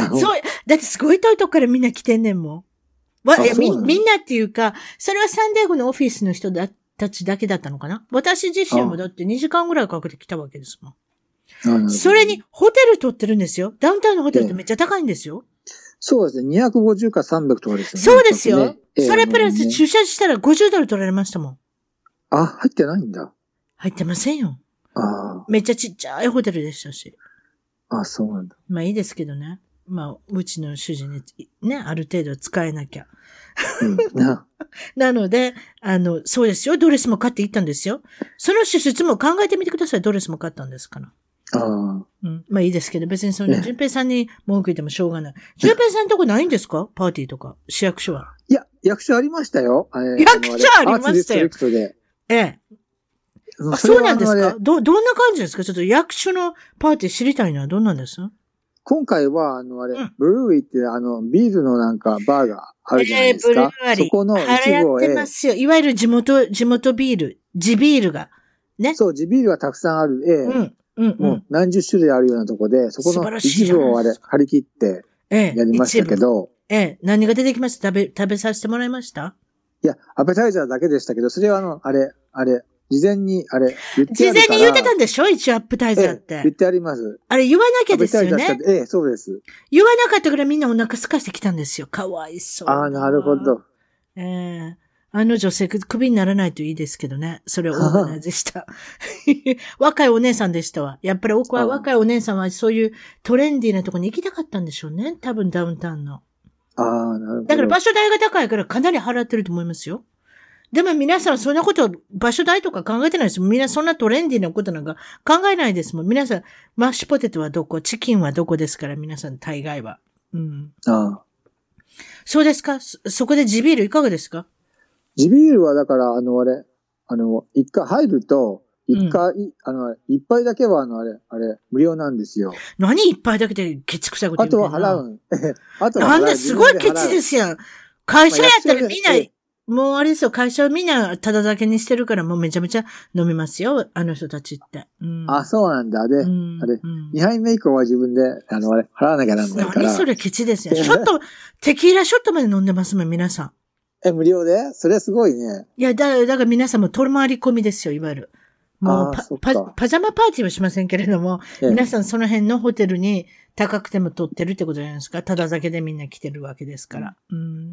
そう、だってすごい遠いとこからみんな来てんねんもん。わ、いや、み、みんなっていうか、それはサンディエゴのオフィスの人だたちだけだったのかな？私自身もだってにじかんぐらいかけて来たわけですもん。それに、ホテル取ってるんですよ。ダウンタウンのホテルってめっちゃ高いんですよ。 そうですね。にひゃくごじゅうかさんびゃくとかですよね。 そうですよ。 ね、 それプラス駐車したらごじゅうドル取られましたもん。 あ、入ってないんだ。 入ってませんよ。 ああ。 めっちゃちっちゃいホテルでしたし。 あ、そうなんだ。 まあいいですけどね。まあ、うちの主人にね、ある程度使えなきゃ。 うん、な, なので、あの、そうですよ。ドレスも買って行ったんですよ。その支出も考えてみてください。ドレスも買ったんですから。 ああ。 うん。まあいいですけど、別にその、淳平さんに文句言ってもしょうがない。淳平さんのとこないんですか？パーティーとか、市役所は。 いや、役所ありましたよ。 役所ありましたよ。ええ。あ、そうなんですか？ど、どんな感じですか？ちょっと役所のパーティー知りたいのはどんなんです？ 今回は、あの、あれ、うん、ブルーウィーって、あの、ビールのなんか、バーがあるじゃないですか。えー、ブルーアリ。そこの一部を。 流行ってますよ。いわゆる地元、地元ビール、地ビールが。ね。 そう、地ビールがたくさんある。ええー。うん。うん、うん。もう何十種類あるようなとこで、そこの一部をあれ、張り切って、やりましたけど。 ええ、ええ、何が出てきました？食べ、食べさせてもらいました？ いや、アペタイザーだけでしたけど、それはあの、あれ、あれ、事前に、あれ、 言ってあるから。事前に言ってたんでしょ？一応アップタイザーって。 ええ、言ってあります。 あれ言わなきゃですよね。 ええ、そうです。 言わなかったからみんなお腹空かしてきたんですよ。かわいそう。 ああ、なるほど。 ええー、あの女性、クビにならないといいですけどね。それをオーガナイズした。若いお姉さんでしたわ。やっぱり若いお姉さんはそういうトレンディーなところに行きたかったんでしょうね。多分ダウンタウンの。 ああ、なるほど。 だから場所代が高いからかなり払ってると思いますよ。でも皆さんそんなこと、場所代とか考えてないですもん。みんなそんなトレンディーなことなんか考えないですもん。皆さん、マッシュポテトはどこ、チキンはどこですから、皆さん大概は。うん。 ああ。 そうですか？ そ, そこで地ビールいかがですか？ 地ビールはだから、あの、あれ、あの、一回入ると、一回、うん、あの、一杯だけは、あの、あれ、あれ、無料なんですよ。 何一杯だけでケチくさいこと言ってんの？ あとは払う。あとは払う。なんですごいケチですやん。会社やったらみんな、もうあれですよ、会社はみんなただ酒にしてるからもうめちゃめちゃ飲みますよ、あの人たちって。うん、 あ、そうなんだ。で、うん、あれ、うん、にはいめ以降は自分で、あの、あれ、払わなきゃなんないから。 何それケチですよ。ショット、テキーラショットまで飲んでますもん、皆さん。 え、無料で？それすごいね。 いや、だ、だから皆さんも取り回り込みですよ、いわゆる。もうパ、パ、パジャマパーティーはしませんけれども、ええ、皆さんその辺のホテルに高くても取ってるってことじゃないですか。ただ酒でみんな来てるわけですから。うん、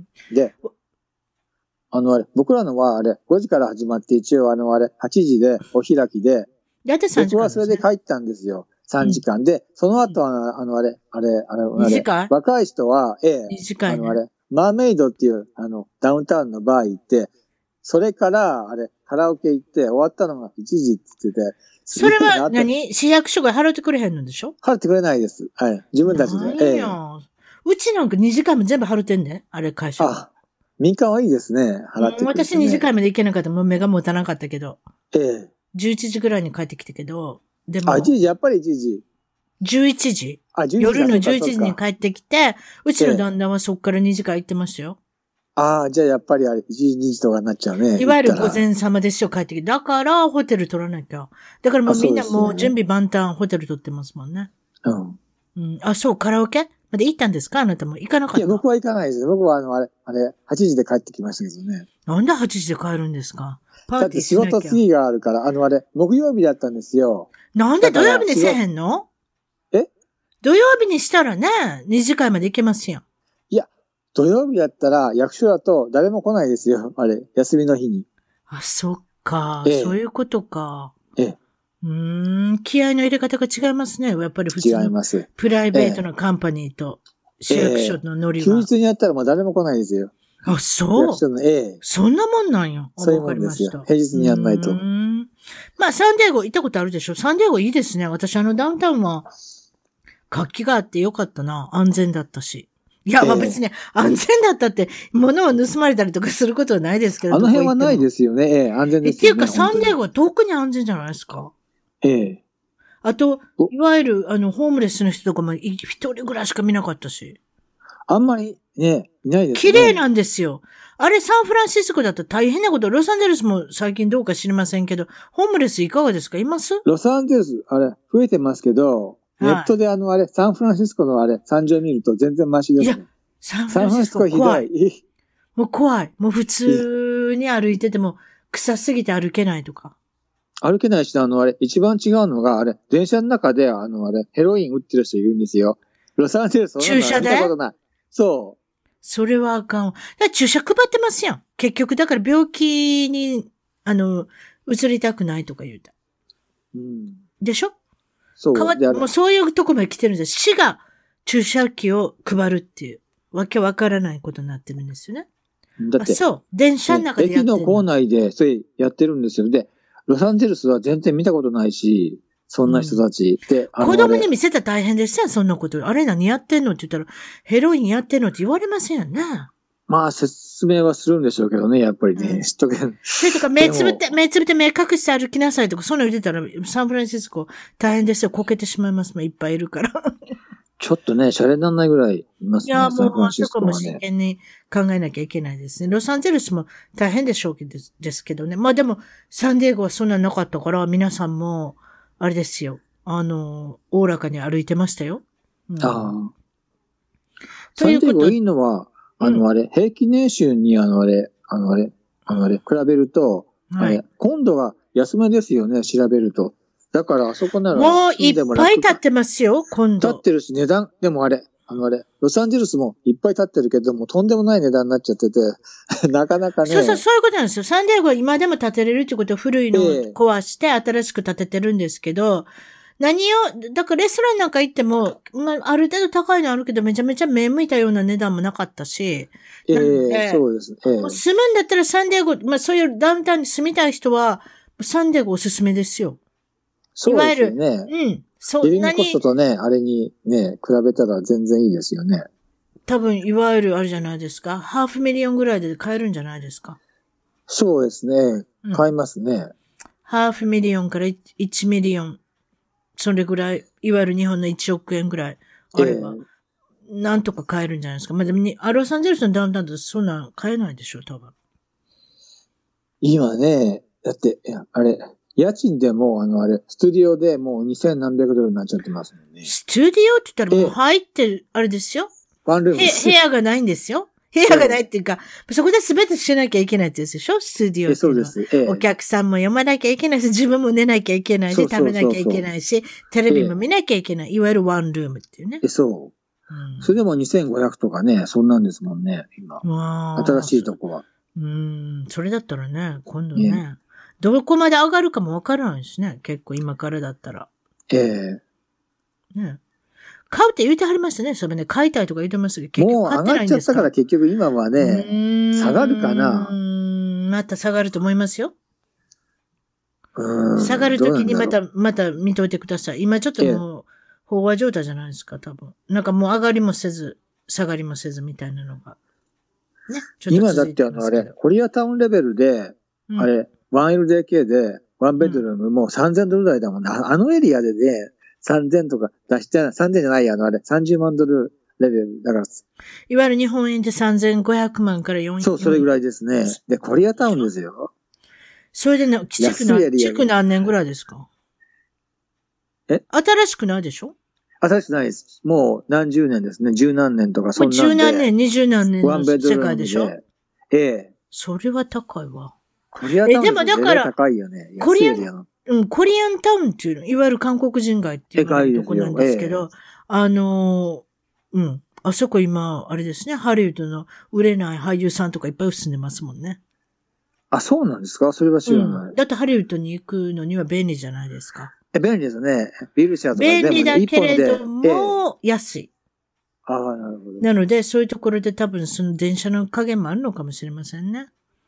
で、あのあれ、僕らのはあれ、ごじから始まって一応あのあれ、はちじでお開きで、 だってさんじかん、ね、 僕はそれで帰ったんですよ。さんじかんで、うん、その後あの、あのあれ、あれ、あれ、あれ、 にじかん若い人は、ええ、 にじかん、ね、 あのあれ、マーメイドっていう、あの、ダウンタウンのバー行って、それから、あれ、カラオケ行って、終わったのがいちじって言ってて、 それは何？市役所が払ってくれへんのでしょ？ 払ってくれないです。はい。自分たちで。 ええ。うちなんかにじかんも全部払ってんね。あれ会社。 あ、民間はいいですね。払ってくれて、ね。 私にじかんまで行けなかった。もう目が持たなかったけど。 ええ。 じゅういちじぐらいに帰ってきたけど、でも。 あ、いちじ、やっぱりいちじ。 じゅういちじ。 あ、じゅういちじ。 夜のじゅういちじに帰ってきて、うちの旦那はそっからにじかん行ってましたよ。 ああ、じゃあやっぱりあれ、いちじ、にじとかになっちゃうね。 いわゆる午前様ですよ、帰ってきて。だから、ホテル取らなきゃ。だからもうみんなもう準備万端、ホテル取ってますもんね。 うん。 うん。あ、そう、カラオケまで行ったんですか？あなたも行かなかった？いや、僕は行かないです。僕はあの、あれ、あれ、はちじで帰ってきましたけどね。 なんではちじで帰るんですか？ パーティーしなきゃ。だって仕事次があるから、あのあれ、木曜日だったんですよ。 なんで土曜日にせえへんの？ え？ 土曜日にしたらね、にじかんまで行けますやん。 いや、土曜日だったら、役所だと誰も来ないですよ。あれ、休みの日に。 あ、そっか。ええ、そういうことか。 ええ。 うーん、気合の入れ方が違いますね。やっぱり普通の。 違います。 プライベートのカンパニーと市役所のノリは。 ええ、休日にやったらもう誰も来ないですよ。 あ、そう。 役所の、ええ。 そんなもんなんや。 そういうもんですよ。平日にやんないと。うーん。 ん。まあ、サンディエゴ行ったことあるでしょ。サンディエゴいいですね。私あのダウンタウンは活気があってよかったな。安全だったし。いや、まあ別に安全だったって、物を盗まれたりとかすることはないですけど。 あの辺はないですよね。ええ、安全ですよね。 っていうか、サンディエゴは特に安全じゃないですか。 ええ。 あと、いわゆる、あの、ホームレスの人とかも一人ぐらいしか見なかったし。 あんまりね、いないですね。 綺麗なんですよ。あれ、サンフランシスコだと大変なこと。ロサンゼルスも最近どうか知りませんけど、ホームレスいかがですか？います？ ロサンゼルス、あれ、増えてますけど、ネットであの、あれ、サンフランシスコのあれ、惨状見ると全然マシですね。いや、 サンフランシスコ怖い。もう怖い。もう普通に歩いてても、臭すぎて歩けないとか。 歩けないし、あの、あれ、一番違うのが、あれ、電車の中で、あの、あれ、ヘロイン売ってる人いるんですよ。ロサンゼルス、 駐車で見たことない。そう。 それはあかん。だから注射配ってますやん。結局、だから病気に、あの、移りたくないとか言うた。 うん。 でしょ？ そう。 変わっもうそういうとこまで来てるんです。市が注射器を配るっていう、わけわからないことになってるんですよね。 だって。 そう。電車の中でやってる。 駅の構内で、それやってるんですよ。で、ロサンゼルスは全然見たことないし、そんな人たち。うん、で、 子供に見せたら大変でしたよ、そんなこと。あれ何やってんのって言ったら、ヘロインやってんのって言われませんよね。 まあ、説明はするんでしょうけどね、やっぱりね。うん、知っとけん。 それとか、目つぶって、目つぶって目隠して歩きなさいとか、そんなの言ってたら、サンフランシスコ大変ですよ。こけてしまいますもん、いっぱいいるから。 ちょっとね、シャレにならないぐらいいますね。 いや、もう、あそこも真剣に考えなきゃいけないですね。ロサンゼルスも大変でしょうけどですけどね。まあでも、サンディエゴはそんななかったから、皆さんも、あれですよ。あの、おおらかに歩いてましたよ。 うん、ああ。サンディエゴいいのは、あのあれ、うん、平均年収にあのあれ、あのあれ、あのあれ、比べると、はい、あれ、今度が安めですよね、調べると。だからあそこなら。 もういっぱい立ってますよ、今度。 立ってるし、値段、でもあれ、あのあれ、ロサンゼルスもいっぱい立ってるけども、とんでもない値段になっちゃってて、なかなかね。 そうそう、そういうことなんですよ。サンディエゴは今でも建てれるってことは古いのを壊して新しく建ててるんですけど、えー何を、だからレストランなんか行っても、まあ、ある程度高いのあるけど、めちゃめちゃ目向いたような値段もなかったし。 ええー、そうですね。えー、 住むんだったらサンディエゴ、まあそういうダウンタウンに住みたい人は、サンディエゴおすすめですよ。 そうですよね。 いわゆる、うん。そう、 リビングコストとね、あれにね、比べたら全然いいですよね。 多分、いわゆるあれじゃないですか。ハーフミリオンぐらいで買えるんじゃないですか。 そうですね。買いますね。うん、 ハーフミリオンからいちミリオン。それぐらい、いわゆる日本のいちおくえんぐらいあれば、えー、なんとか買えるんじゃないですか。まあ、でもに、ロサンゼルスのダウンタウンだとそんな買えないでしょ、多分。 今ね、だって、あれ、家賃でも、あの、あれ、スタジオでもうにせんなんびゃくドルになっちゃってますもんね。 スタジオって言ったらもう入ってる、あれですよ。 ワンルームです。 部屋がないんですよ。部屋がないっていうか、そこで全てしなきゃいけないってやつでしょ、スタジオっていうのは。 そうです。ええ、 お客さんも読まなきゃいけないし、自分も寝なきゃいけないし、食べなきゃいけないし、テレビも見なきゃいけない。いわゆるワンルームっていうね。 え、そう。うん、それでもにせんごひゃくとかね、そんなんですもんね、今。新しいとこは。 うん、それだったらね、今度ね、ねどこまで上がるかもわからないしね、結構今からだったら。 ええね。買うって言うてはりましたね。それね、買いたいとか言ってましたけど、結局買ってないんですか。もう上がっちゃったから結局今はね、下がるかな。 うん、また下がると思いますよ。うん下がるときにまた、また見といてください。今ちょっともう、飽和状態じゃないですか、多分。なんかもう上がりもせず、下がりもせずみたいなのが。 ね。ちょっと今だってあの、あれ、コリアタウンレベルで、うん、あれ、ワンエルディーケー で、ワンベッドルームもうさんぜんドル台だもんね。うん、あのエリアでね、さんぜんとか出してない、さんぜんじゃないや、あのあれ、さんじゅうまんドルレベルだから。 いわゆる日本円でさんぜんごひゃくまんからよんひゃくまん。 そう、それぐらいですね。で、コリアタウンですよ。 それでね、地区何、地区何年ぐらいですか？ え新しくないでしょ？ 新しくないです。もう何十年ですね。十何年とかそんなんで。 十何年、二十何年の世界でしょ？ ええ。 それは高いわ。 コリアタウンのレベル高いよね。 コリアン、うん、コリアンタウンっていうの、いわゆる韓国人街っていうとこなんですけど、ええ、あの、うん、あそこ今、あれですね、ハリウッドの売れない俳優さんとかいっぱい住んでますもんね。 あ、そうなんですか？それは知らない、 うん。だってハリウッドに行くのには便利じゃないですか。 え、便利ですね。ビルシャとかでも、ね、便利だけれども、安い。 ああ、なるほど。 なので、そういうところで多分その電車の加減もあるのかもしれませんね。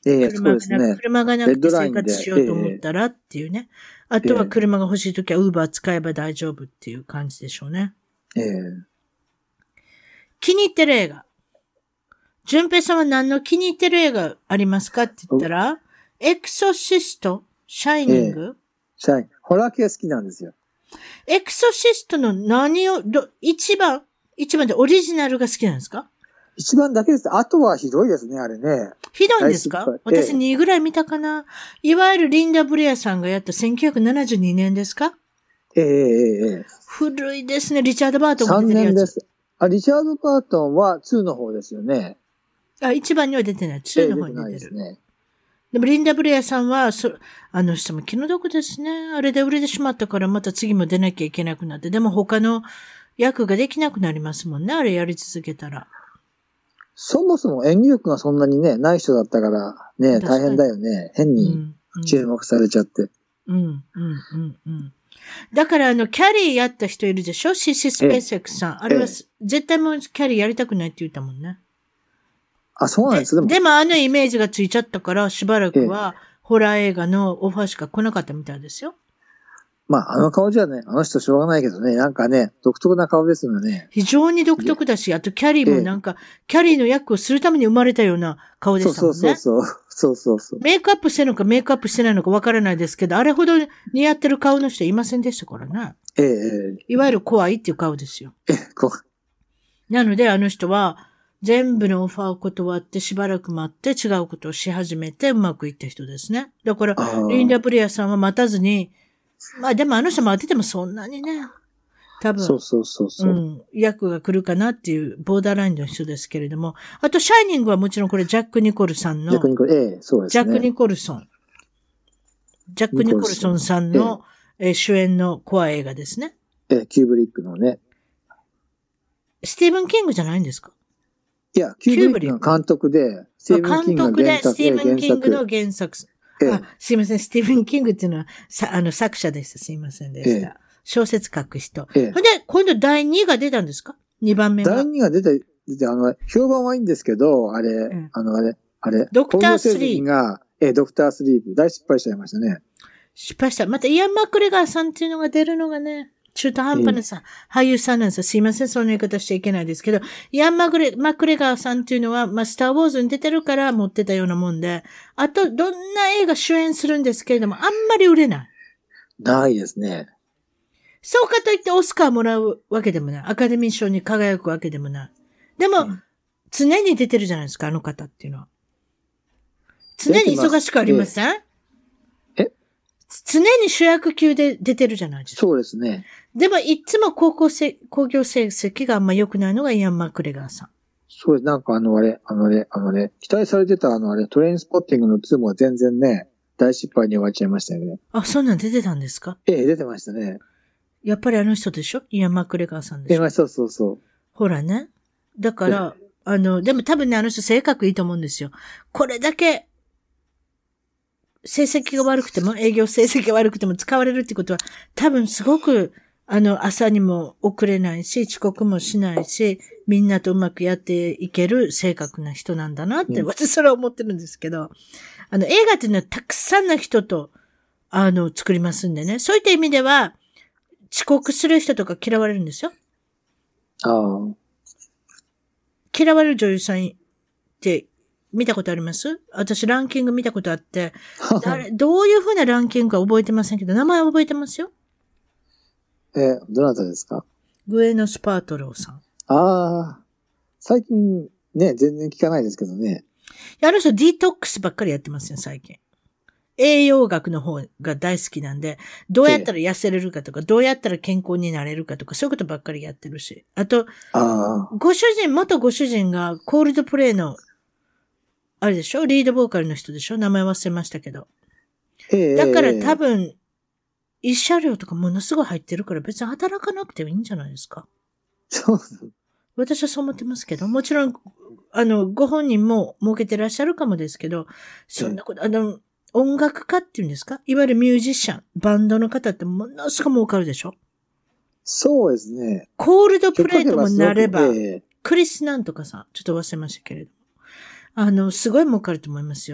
ええ、そ車がなく、 うですね。 車がなくて生レッドラインで。 活しようと思ったらっていうね。あとはええ車が欲しいときは Uber 使えば大丈夫っていう感じでしょうね。 ええ。 気に入ってる映画。淳平さんは何の気に入ってる映画ありますかって言ったら、エクソシスト、シャイニング、 シャイン。ホラー系好きなんですよ。 エクソシストの何を、ど、一番、一番でオリジナルが好きなんですか？ 一番だけです。あとはひどいですね、あれね。 ひどいんですか？ 大失敗私にいぐらい見たかな。いわゆるリンダ・ブレアさんがやったせんきゅうひゃくななじゅうにねんですか？ ええええええ。 古いですね。リチャード・バートンも 3 出てるやつ。 年です。あ、リチャード・パートンはツーの方ですよね。 あ、一番には出てない。ツーの方に出てる。 ええ出てないですね。 でもリンダ・ブレアさんは、そ、あの人も気の毒ですね。あれで売れてしまったからまた次も出なきゃいけなくなって。でも他の役ができなくなりますもんね。あれやり続けたら。 そもそも演技力がそんなにね、ない人だったからね、 確かに大変だよね。変うにん。うん注目されちゃって。 うん、うん、うん、うん。だから、あの、キャリーやった人いるでしょ？シシスペーセックスさん。あれは、 ええ絶対もうキャリーやりたくないって言ったもんね。 あ、そうなんです。でも、 でもあのイメージがついちゃったから、しばらくは、ホラー映画のオファーしか来なかったみたいですよ。 まあ、あの顔じゃね、あの人しょうがないけどね、なんかね、独特な顔ですよね。 非常に独特だし、あとキャリーもなんか、キャリーの役をするために生まれたような顔でそうしたもんね。 そうそうそう。そうそうそう。 メイクアップしてるのかメイクアップしてないのかわからないですけど、あれほど似合ってる顔の人いませんでしたからね。 えええいわゆる怖いっていう顔ですよ。 えええこなので、あの人は、全部のオファーを断ってしばらく待って違うことをし始めてうまくいった人ですね。だから、 あーリンダ・ブレアさんは待たずに、まあでもあの人待っててもそんなにね、多分、 そうそうそうそうう。 ん、役が来るかなっていうボーダーラインの人ですけれども、あと、シャイニングはもちろんこれジャック・ニコルさんの、 逆にこれ、ええそうですね。 ジャック・ニコルソン。ジャック・ニコルソンさんの、えー主演のコア映画ですね。 ええキューブリックのね。 スティーブン・キングじゃないんですか？ いや、キューブリックが監督で、スティーブン・キングが監督で原作スティーブン・キングの原原作。 作ええあ、すいません。スティーブン・キングっていうのは、さ、あの、作者でした。すいませんでした。 ええ小説書く人。 ええほんで、今度だいにが出たんですか？ に 番目が。 だいにが出て、出て、あの、評判はいいんですけど、あれ、 んあの、あれ、あれ、 ドクター興行成績が、ええドクタースリープ、大失敗しちゃいましたね。 失敗した。またイアン・マクレガーさんっていうのが出るのがね、中途半端なさ、俳優さんなんですよ。すいません。そんな言い方しちゃいけないですけど、イアン・マクレ、マクレガーさんっていうのは、まあ、スター・ウォーズに出てるから持ってたようなもんで、あと、どんな映画主演するんですけれども、あんまり売れない。 ないですね。 そうかといってオスカーもらうわけでもない。アカデミー賞に輝くわけでもない。でも、 うん常に出てるじゃないですか、あの方っていうのは。常に忙しくありません？ え常に主役級で出てるじゃないですか。 そうですね。 でも、いつも高校生、工業成績があんま良くないのがイアン・マクレガーさん。 そうです。なんかあのあれ、あのあれ、あのあれ、期待されてたあのあれ、トレインスポッティングのツーも全然ね、大失敗に終わっちゃいましたよね。 あ、そんなん出てたんですか？ ええ、出てましたね。 やっぱりあの人でしょ？イアン・マクレガーさんでしょ？ ええ、そうそうそう。 ほらね。だから、あの、でも多分ね、あの人性格いいと思うんですよ。これだけ、成績が悪くても、営業成績が悪くても使われるってことは、多分すごく、あの、朝にも遅れないし、遅刻もしないし、みんなとうまくやっていける性格な人なんだなって、 うん私それは思ってるんですけど、あの、映画っていうのはたくさんの人と、あの、作りますんでね。そういった意味では、遅刻する人とか嫌われるんですよ。 ああ。 嫌われる女優さんって見たことあります？私ランキング見たことあって、あれ、どういう風なランキングか覚えてませんけど、名前は覚えてますよ。 え、どなたですか？ グエノ・スパートローさん。 ああ。最近ね、全然聞かないですけどね。 あの人ディトックスばっかりやってますよ、最近。栄養学の方が大好きなんで、どうやったら痩せれるかとか、どうやったら健康になれるかとか、そういうことばっかりやってるし。あと、 ああ。 ご主人、元ご主人がコールドプレイの、あれでしょ？リードボーカルの人でしょ？名前忘れましたけど。 ええだからええ多分、慰謝料とかものすごい入ってるから別に働かなくてもいいんじゃないですか。 そう。 私はそう思ってますけど、もちろん、あの、ご本人も儲けてらっしゃるかもですけど、そんなこと、あの、音楽家っていうんですか？いわゆるミュージシャン、バンドの方ってものすごく儲かるでしょ？ そうですね。 コールドプレイともなれば、 ええクリスなんとかさん、ちょっと忘れましたけれども、あの、すごい儲かると思いますよ。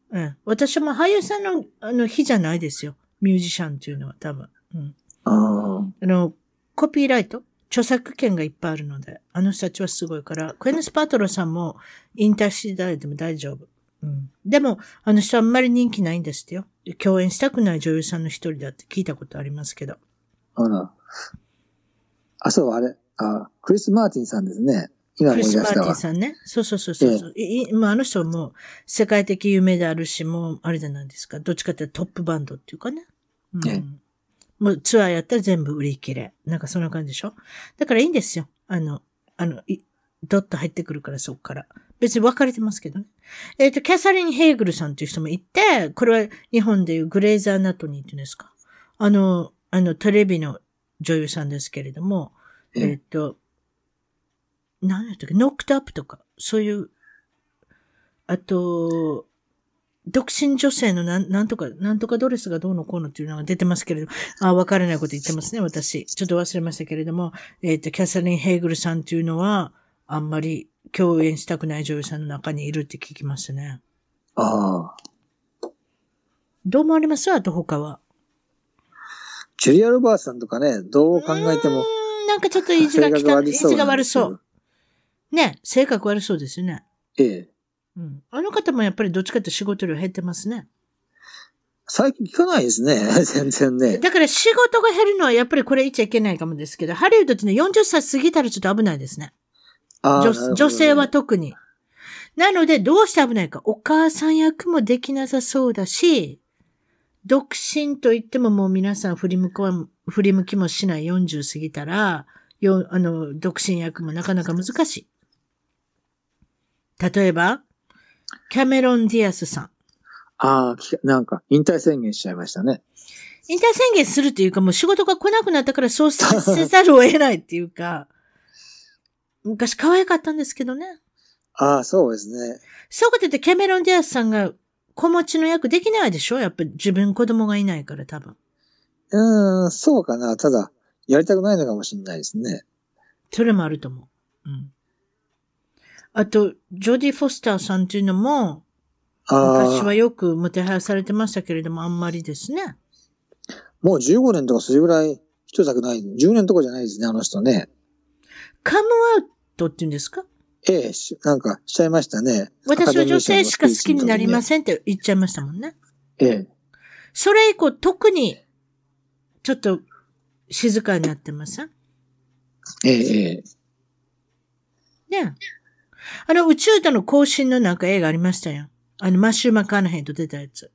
ええ、私も俳優さんの、あの、日じゃないですよ。ミュージシャンっていうのは多分。うん。 ああの、コピーライト著作権がいっぱいあるので、あの人たちはすごいから、クエネス・パトロさんも引退しだいでも大丈夫。うん。でも、あの人あんまり人気ないんですってよ。共演したくない女優さんの一人だって聞いたことありますけど。 あら。あ、そう、あれ。あ、クリス・マーティンさんですね。今クリス・マーティン思い出したわ。 さんね。そうそうそうそうそう、ええ、いいまあ、あの人はもう世界的有名であるし、もうあれじゃないですか。どっちかっていうとトップバンドっていうかね。うん。 ええ、 もうツアーやったら全部売り切れ。なんかそんな感じでしょ。だからいいんですよ。あの、あの、いドッと入ってくるからそっから。別に分かれてますけどね。えっ、と、キャサリン・ヘイグルさんっていう人もいて、これは日本でいうグレイザー・アナトニーっていうんですか。あの、あの、テレビの女優さんですけれども、えっ、 ええ、 と、何やったっけ、ノックトアップとか、そういう、あと、独身女性のなん、なんとか、なんとかドレスがどうのこうのっていうのが出てますけれども、あ、わからないこと言ってますね、私。ちょっと忘れましたけれども、えっ、と、キャサリン・ヘイグルさんっていうのは、あんまり共演したくない女優さんの中にいるって聞きましたね。 ああ。 どう思われます？あと他は。 ジュリア・ロバーツさんとかね、どう考えても。 うーん、なんかちょっと意地が来た、意地が悪そう。 う。 ね、性格悪そうですよね。 ええ。 うん。あの方もやっぱりどっちかって仕事量減ってますね。 最近聞かないですね。全然ね。 だから仕事が減るのはやっぱりこれ言っちゃいけないかもですけど、ハリウッドってね、よんじゅっさい過ぎたらちょっと危ないですね。 ああ、 女、 なるほどね、 女性は特に。なので、どうして危ないか。お母さん役もできなさそうだし、独身と言ってももう皆さん振り向こう、振り向きもしないよんじゅう過ぎたら、よ、あの、独身役もなかなか難しい。例えば、キャメロン・ディアスさん。 ああ、なんか、引退宣言しちゃいましたね。 引退宣言するっていうか、もう仕事が来なくなったからそうせざるを得ないっていうか、昔可愛かったんですけどね。 ああ、そうですね。 そういうこと言ってキャメロン・ディアスさんが子持ちの役できないでしょ？やっぱり自分子供がいないから多分。 うーん、そうかな。ただ、やりたくないのかもしれないですね。 それもあると思う。うん。あと、ジョディ・フォスターさんっていうのも、昔はよくもてはやされてましたけれども、あんまりですね。 もうじゅうごねんとかそれぐらい一作ない。じゅうねんとかじゃないですね、あの人ね。 カムアウトって言うんですか？ ええ、なんかしちゃいましたね。 私は女性しか好きになりませんって言っちゃいましたもんね。 ええ。 それ以降特に、ちょっと静かになってません？ ええ、ええ。ね。あの宇宙との交信のなんか映画ありましたよ。あのマッシュ・マカーナヘンと出たやつ。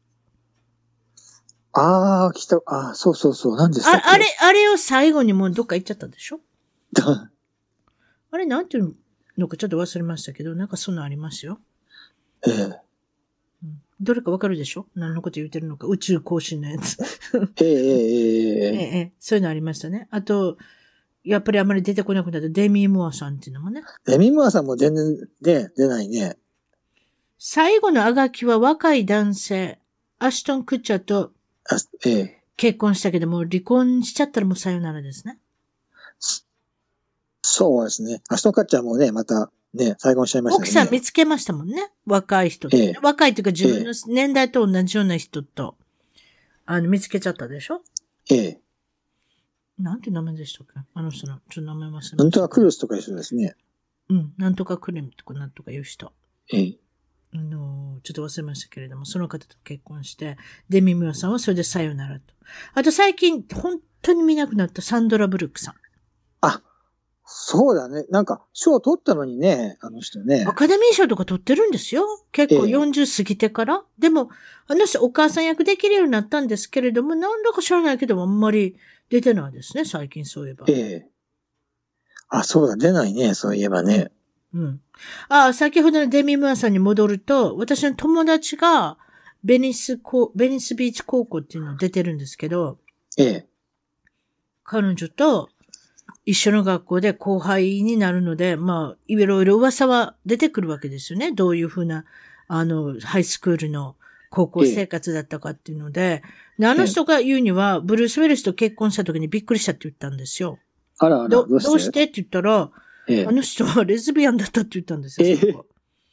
ああ、来た、ああ、そうそうそう、何ですか？ ああれ、あれを最後にもうどっか行っちゃったでしょ？あれなんていうのかちょっと忘れましたけど、なんかそんなありますよ。 ええ。 うん、どれかわかるでしょ？何のこと言ってるのか。宇宙交信のやつ。 ええ、ええ、ええ。 ええ、そういうのありましたね。あと、やっぱりあまり出てこなくなったデミー・モアさんっていうのもね。 デミー・モアさんも全然、ね、出ないね。 最後のあがきは若い男性、アシュトン・クッチャーとええ、 結婚したけども、離婚しちゃったらもうさよならですね。 そうですね。アシュトン・カッチャーもね、またね、再婚しちゃいましたね。 奥さん見つけましたもんね。若い人、 ええ。 若いというか自分の年代と同じような人と、あの、見つけちゃったでしょ？ ええ。 なんて名前でしたっけ？あの人の、ちょっと名前忘れました。 なんとかクルスとかいう人ですね。 うん、なんとかクレムとかなんとかいう人。 ええ。 あの、ちょっと忘れましたけれども、その方と結婚して、デミ・ミュアさんはそれでさよならと。あと最近、本当に見なくなったサンドラ・ブルックさん。 あ、そうだね。なんか、賞を取ったのにね、あの人ね。 アカデミー賞とか取ってるんですよ。結構よんじゅう過ぎてから。ええ、でも、あの人お母さん役できるようになったんですけれども、なんだか知らないけども、あんまり出てないですね、最近そういえば。 ええ。あ、そうだ、出ないね、そういえばね。 うん。ああ、先ほどのデミ・ムアさんに戻ると、私の友達が、ベニスコ、ベニスビーチ高校っていうの出てるんですけど、 ええ。 彼女と一緒の学校で後輩になるので、まあ、いろいろ噂は出てくるわけですよね。どういうふうな、あの、ハイスクールの高校生活だったかっていうので、ええ、あの人が言うには、ブルース・ウィルスと結婚した時にびっくりしたって言ったんですよ。 あらあら、 ど, どうしてどうしてって言ったら、ええ、あの人はレズビアンだったって言ったんですよ。ええ、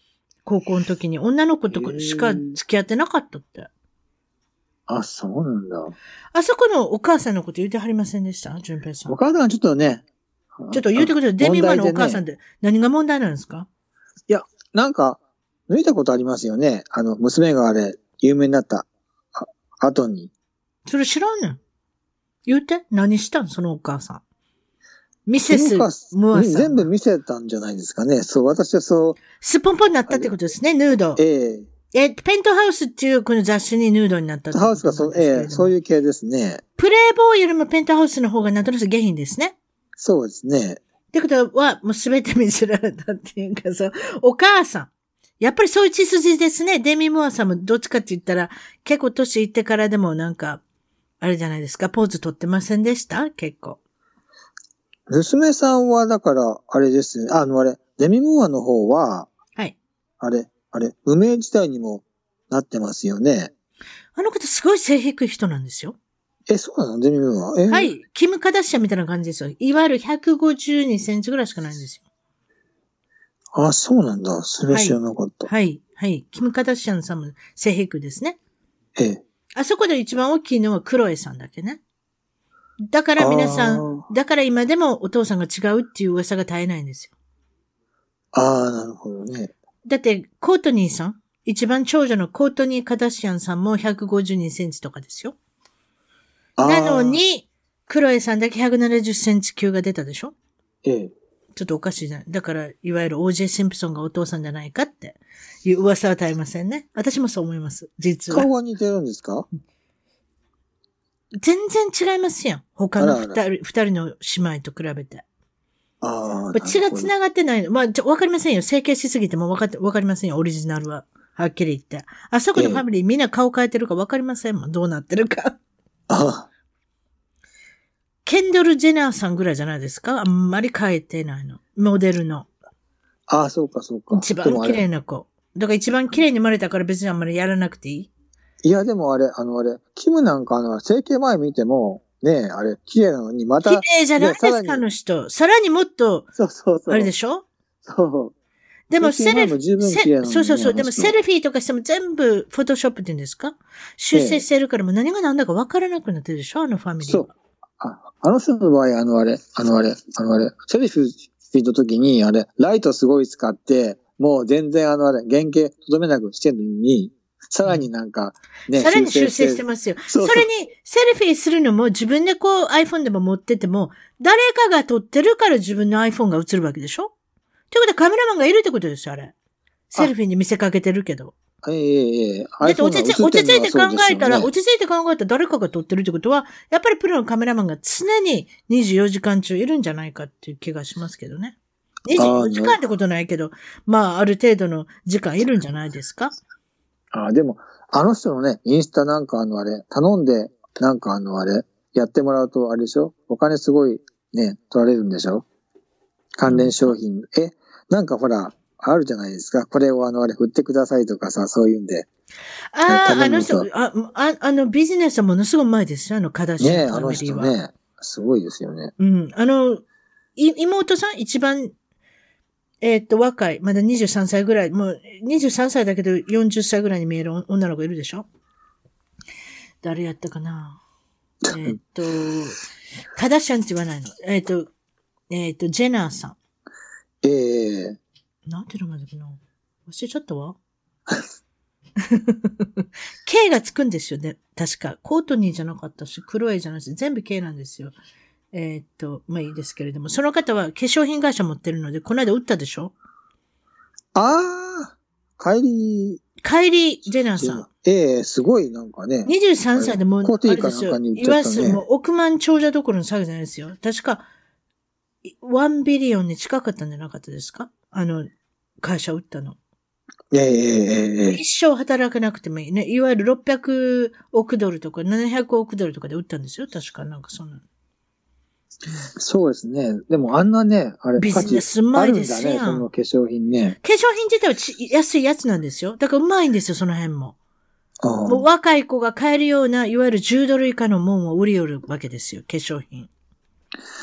高校の時に女の子としか付き合ってなかったって。 あ、そうなんだ。 あそこのお母さんのこと言ってはりませんでした純平さん。 お母さんはちょっとね。 ちょっと言うてください。デミマのお母さんって何が問題なんですか？ いや、なんか、抜いたことありますよね。あの、娘があれ、有名になったあ後に。 それ知らんねん。言うて何したんそのお母さん。ミセス・ムアさん。 全部見せたんじゃないですかね。そう、私はそう。 スポンポンになったってことですね、ヌード。 えええ、ペントハウスっていうこの雑誌にヌードになったってことハウスがそう、ええ、そういう系ですね。 プレイボーイよりもペントハウスの方がなんとなく下品ですね。 そうですね。 ってことは、もうすべて見せられたっていうか、そう、お母さん。やっぱりそういう血筋ですね。デミ・ムアさんもどっちかって言ったら、結構年いってからでもなんか、あれじゃないですか、ポーズ取ってませんでした結構。 娘さんは、だから、あれですね。あの、あれ、デミ・ムーアの方は、 はい。 あれ、あれ、無名時代にもなってますよね。 あの方すごい背低い人なんですよ。 え、そうなのデミ・ムーア、えー、 はい。キム・カダシアンみたいな感じですよ。いわゆるひゃくごじゅうにセンチぐらいしかないんですよ。 あ、そうなんだ。それ知らなかった。 はい。はい。はい、キム・カダシアンさんも背低いですね。 ええ。 あそこで一番大きいのはクロエさんだけね。だから皆さん、だから今でもお父さんが違うっていう噂が絶えないんですよ。 ああ、なるほどね。 だって、コートニーさん、一番長女のコートニー・カダシアンさんもひゃくごじゅうにセンチとかですよ。なのに、クロエさんだけひゃくななじゅっセンチ級が出たでしょ？ ええ。 ちょっとおかしいじゃない。だから、いわゆる オージェー シンプソンがお父さんじゃないかっていう噂は絶えませんね。私もそう思います。実は。 顔は似てるんですか？ 全然違いますやん。他の二人、あらあら二人の姉妹と比べて。 ああ。 血が繋がってないの。まあ、ちょ、わかりませんよ。整形しすぎてもわかって、わかりませんよ。オリジナルは。はっきり言って。あそこのファミリー、ええ、みんな顔変えてるかわかりませんもん。どうなってるか。 ああ。 ケンドル・ジェナーさんぐらいじゃないですか？あんまり変えてないの。モデルの。 ああ、そうか、そうか。 一番綺麗な子。だから一番綺麗に生まれたから別にあんまりやらなくていい？ いや、でもあれ、あのあれ、キムなんかあの、整形前見ても、ねえ、あれ、綺麗なのに、また。 綺麗じゃないですか、あの人。さらにもっと、 そうそうそう。 あれでしょ？ そう。 でもセルフ、 ね、 そうそうそう。でもセルフィーとかしても全部フォトショップって言うんですか？修正してるからもう何が何だか分からなくなってるでしょ？あのファミリーは。 そう。あ、あの人の場合、あのあれ、あのあれ、あのあれ、セルフィーの時に、あれ、ライトすごい使って、もう全然あのあれ、原型とどめなくしてるのに、さらになんか、ね、 さらに修正してますよ。そうそう。それに、セルフィーするのも自分でこう iPhone でも持ってても、誰かが撮ってるから自分の iPhone が映るわけでしょ？ということはカメラマンがいるってことですよ、あれ。セルフィーに見せかけてるけど。 ええええ。 だって落ち着い、落ち着いて考えたら、落ち着いて考えたら誰かが撮ってるってことは、やっぱりプロのカメラマンが常ににじゅうよじかん中いるんじゃないかっていう気がしますけどね。にじゅうよじかんってことないけど、まあ、ある程度の時間いるんじゃないですか？ ああ、でも、あの人のね、インスタなんかあのあれ、頼んで、なんかあのあれ、やってもらうと、あれでしょ？お金すごいね、取られるんでしょ？関連商品。え、なんかほら、あるじゃないですか。これをあのあれ、売ってくださいとかさ、そういうんで。 ああ、あの人、あ、ああのビジネスはものすごい前ですよ、あのカダシアンファミリーは。 ねえ、あの人ね。すごいですよね。 うん。あの、い、妹さん一番、えー、っと、若い、まだにじゅうさんさいぐらい、もうにじゅうさんさいだけどよんじゅっさいぐらいに見える女の子いるでしょ？誰やったかな？えー、っと、カダシャンって言わないの。えー、っと、えー、っと、ジェナーさん。 ええー。 なんていうのだっけな？忘れちゃったわ。K がつくんですよね。確か。コートニーじゃなかったし、クロエじゃないし、全部 K なんですよ。えー、っと、まあいいですけれども、その方は化粧品会社持ってるので、この間売ったでしょ？ ああ、カイリー。 カイリー・ジェナーさん。 ええー、すごいなんかね。 にじゅうさんさいでもう、 コーティーかなんかに売っちゃったね。 いわゆるもう億万長者どころの詐欺じゃないですよ。確か、ワンビリオンに近かったんじゃなかったですか？あの、会社売ったの。 ええええ一生働かなくてもいいね。いわゆるろっぴゃくおくドルとかななひゃくおくドルとかで売ったんですよ。確かなんかそんな。 そうですね。でもあんなね、あれ、 ビジネスうまいですよ。 ね、その化粧品ね。 化粧品自体はち安いやつなんですよ。だからうまいんですよ、その辺も。もう若い子が買えるような、いわゆるじゅうドル以下のもんを売り寄るわけですよ、化粧品。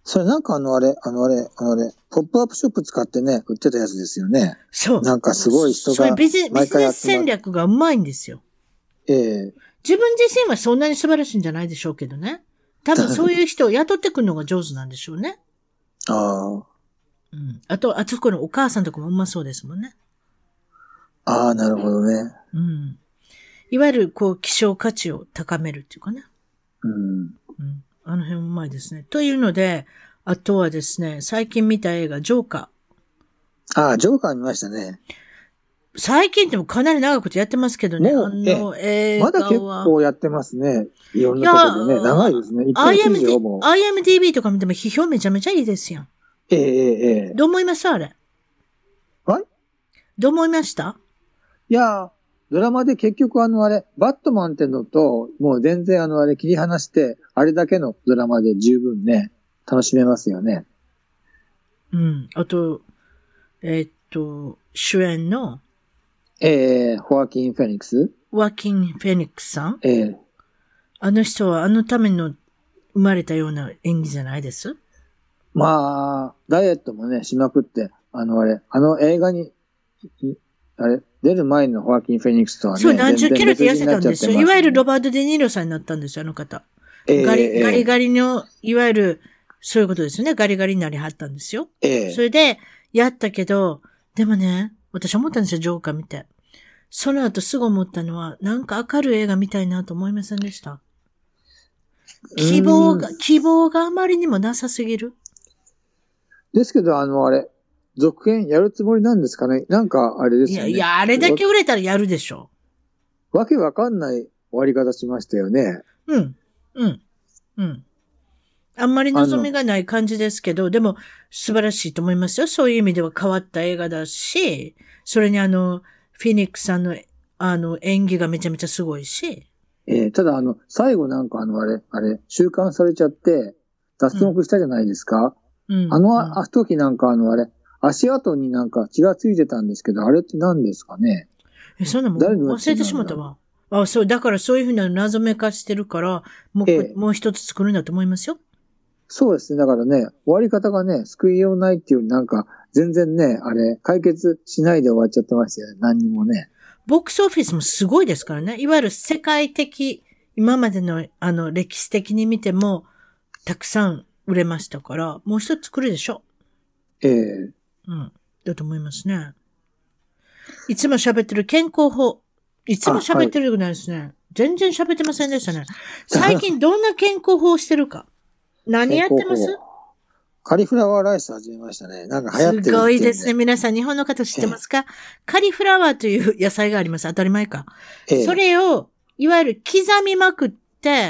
それなんかあのあれ、あのあれ、あのあれ、ポップアップショップ使ってね、売ってたやつですよね。 そう。 なんかすごい人がそういうビジビ毎ジネス回集まっ戦略がうまいんですよ。 ええ自分自身はそんなに素晴らしいんじゃないでしょうけどね。多分そういう人を雇ってくるのが上手なんでしょうね。 ああ。 うん。あと、あそこのお母さんとかもうまそうですもんね。 ああ、なるほどね。 うん。いわゆる、こう、希少価値を高めるっていうかね。 うん。 うん。あの辺うまいですね。というので、あとはですね、最近見た映画、ジョーカー。 ああ、ジョーカー見ましたね。 最近でもかなり長いことやってますけどね。 もうあの映画は。 まだ結構やってますね。いろんなところでね。長いですね。いっかげつ以上も。 アイエムディービー とか見ても批評めちゃめちゃいいですよ。 ええええええ。 どう思いますあれ。 はいどう思いました？ いや、ドラマで結局あのあれ、バットマンってのと、もう全然あのあれ切り離して、あれだけのドラマで十分ね、楽しめますよね。 うん。あと、えーっと、主演の、 ええホアキン・フェニックスワーキン・フェニックスさん。 ええあの人はあのための生まれたような演技じゃないです？ まあ、ダイエットもね、しまくって、あのあれ、あの映画に、あれ、出る前のホアキン・フェニックスとはね、 そう、何十キロって痩せたんですよ。いわゆるロババート・デ・ニーロさんになったんですよ、あの方。 ええガリ、 ええガリガリの、いわゆる、そういうことですよね。ガリガリになりはったんですよ。 ええそれで、やったけど、でもね、私思ったんですよ、ジョーカー見て。その後すぐ思ったのは、なんか明るい映画見たいなと思いませんでした。希望が、希望があまりにもなさすぎる。 ですけど、あの、あれ、続編やるつもりなんですかね。なんか、あれですよね。 いや、いや、あれだけ売れたらやるでしょ。 わけわかんない終わり方しましたよね。 うん、うん、うん。あんまり望みがない感じですけど、でも素晴らしいと思いますよ。そういう意味では変わった映画だし、それにあの、フィニックスさんの、あの、演技がめちゃめちゃすごいし。 えー、ただ、あの、最後なんかあの、あれ、あれ、収監されちゃって、脱獄したじゃないですか。 うん、 あの、 うん、 あ時なんかあの、あれ、足跡になんか血がついてたんですけど、あれって何ですかね。 え、そんなもん忘れてしまったわ。あ、そう、だからそういうふうな謎めかしてるから、もう、ええ、もう一つ作るんだと思いますよ。 そうですね。だからね、終わり方がね、救いようないっていう、なんか、全然ね、あれ、解決しないで終わっちゃってましたよね。何にもね。 ボックスオフィスもすごいですからね。いわゆる世界的、今までの、あの、歴史的に見ても、たくさん売れましたから、もう一つ作るでしょ。 ええうん。だと思いますね。いつも喋ってる健康法。いつも喋ってるようないですね。はい、全然喋ってませんでしたね。最近どんな健康法をしてるか。何やってます？ カリフラワーライス始めましたね。なんか流行ってるって、ね。 すごいですね。皆さん日本の方知ってますか？カリフラワーという野菜があります。当たり前か。ええ、それを、いわゆる刻みまくって、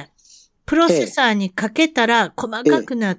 プロセッサーにかけたら細かくなって、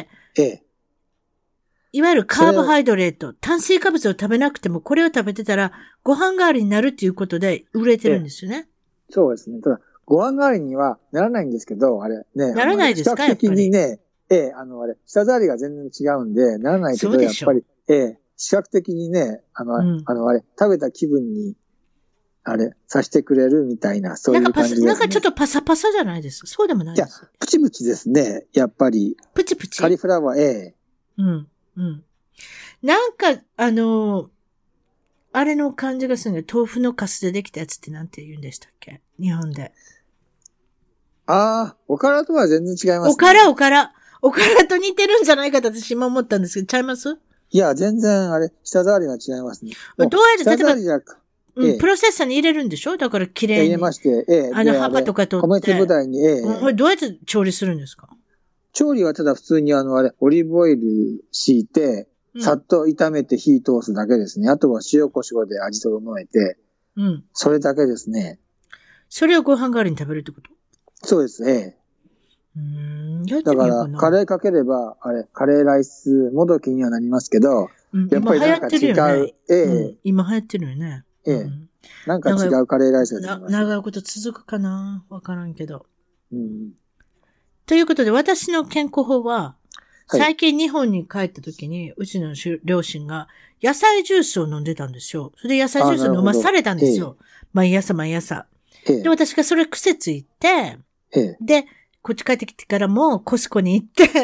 ええ、いわゆるカーボハイドレート、炭水化物を食べなくてもこれを食べてたらご飯代わりになるっていうことで売れてるんですよね。 ええ、そうですね。ただ、ご飯代わりにはならないんですけど、あれね。 ならないですか？ 比較的にね、ええ、あの、あれ、舌触りが全然違うんで、ならないけど、やっぱり、ええ、視覚的にね、あの、うん、あの、あれ、食べた気分に、あれ、させてくれるみたいな、そういう感じですね。 なんかちょっとパサパサじゃないですか。そうでもないです。 いや、プチプチですね、やっぱり。 プチプチ。 カリフラワー、ええ。 うん、うん。なんか、あのー、あれの感じがするんで、豆腐のカスでできたやつってなんて言うんでしたっけ？日本で。 ああ、おからとは全然違います、ね。 おから、おから。おからと似てるんじゃないかと私今思ったんですけど、ちゃいます？ いや、全然あれ、舌触りが違いますね。 どうやって、 舌触りじゃ、 うん、ええ、プロセッサーに入れるんでしょ？だから綺麗に。 入れまして、ええ、 あの、葉っぱとか取って。 米粒大に、ええ。 これどうやって調理するんですか？ 調理はただ普通にあの、あれ、オリーブオイル敷いて、さっと炒めて火通すだけですね。うん、あとは塩コショウで味整えて、うん。それだけですね。 それをご飯代わりに食べるってこと？ そうですね。 うーん、やってだかみようかな。 ら、カレーかければ、あれ、カレーライスもどきにはなりますけど、うん、やっぱりなんか違う。ね、 ええ、うん、今流行ってるよね。 ええ、うん。なんか違うカレーライスが出てます。 長いこと続くかな？わからんけど。 うん。 ということで、私の健康法は、最近日本に帰った時に、うちの両親が野菜ジュースを飲んでたんですよ。それで野菜ジュースを飲まされたんですよ。毎朝毎朝。で、私がそれ癖ついて、で、こっち帰ってきてからもコスコに行って、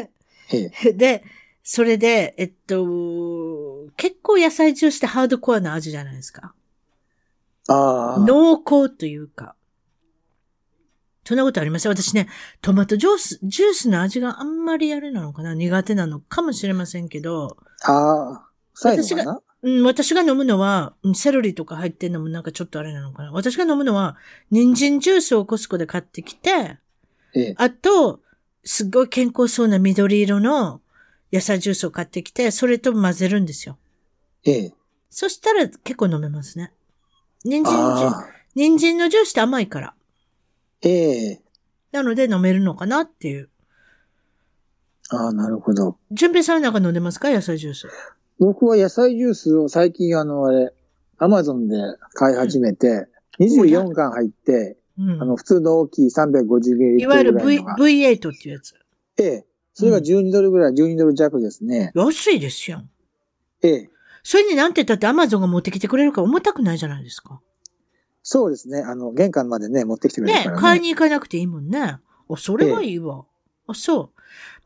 ええ。 で、それで、えっと、結構野菜ジュースってハードコアな味じゃないですか。 ああ。 濃厚というか。そんなことありません。私ね、トマトジュース、ジュースの味があんまりあれなのかな、苦手なのかもしれませんけど。 ああ。最後かな、 うん、私が飲むのは、セロリとか入ってんのもなんかちょっとあれなのかな。私が飲むのは、人参ジュースをコスコで買ってきて、 ええ。 あと、すっごい健康そうな緑色の野菜ジュースを買ってきて、それと混ぜるんですよ。 ええ。 そしたら結構飲めますね。人参ジュ、 ああ。 人参のジュースって甘いから。 ええ。 なので飲めるのかなっていう。 ああ、なるほど。 順平さんはなんか飲んでますか、野菜ジュース。 僕は野菜ジュースを最近あの、あれ、アマゾンで買い始めて、にじゅうよんかん入って、 うん、 あの、普通の大きい さんびゃくごじゅうミリリットルぐらいのが。 いわゆる ブイエイト っていうやつ。 ええ。それがじゅうにドルぐらい、じゅうにドル弱ですね。 安いですよ。 ええ。 それになんて言ったってアマゾンが持ってきてくれるから重たくないじゃないですか。 そうですね。あの、玄関までね、持ってきてくれるからね。 ね、買いに行かなくていいもんね。あ、それはいいわ。ええ、あ、そう。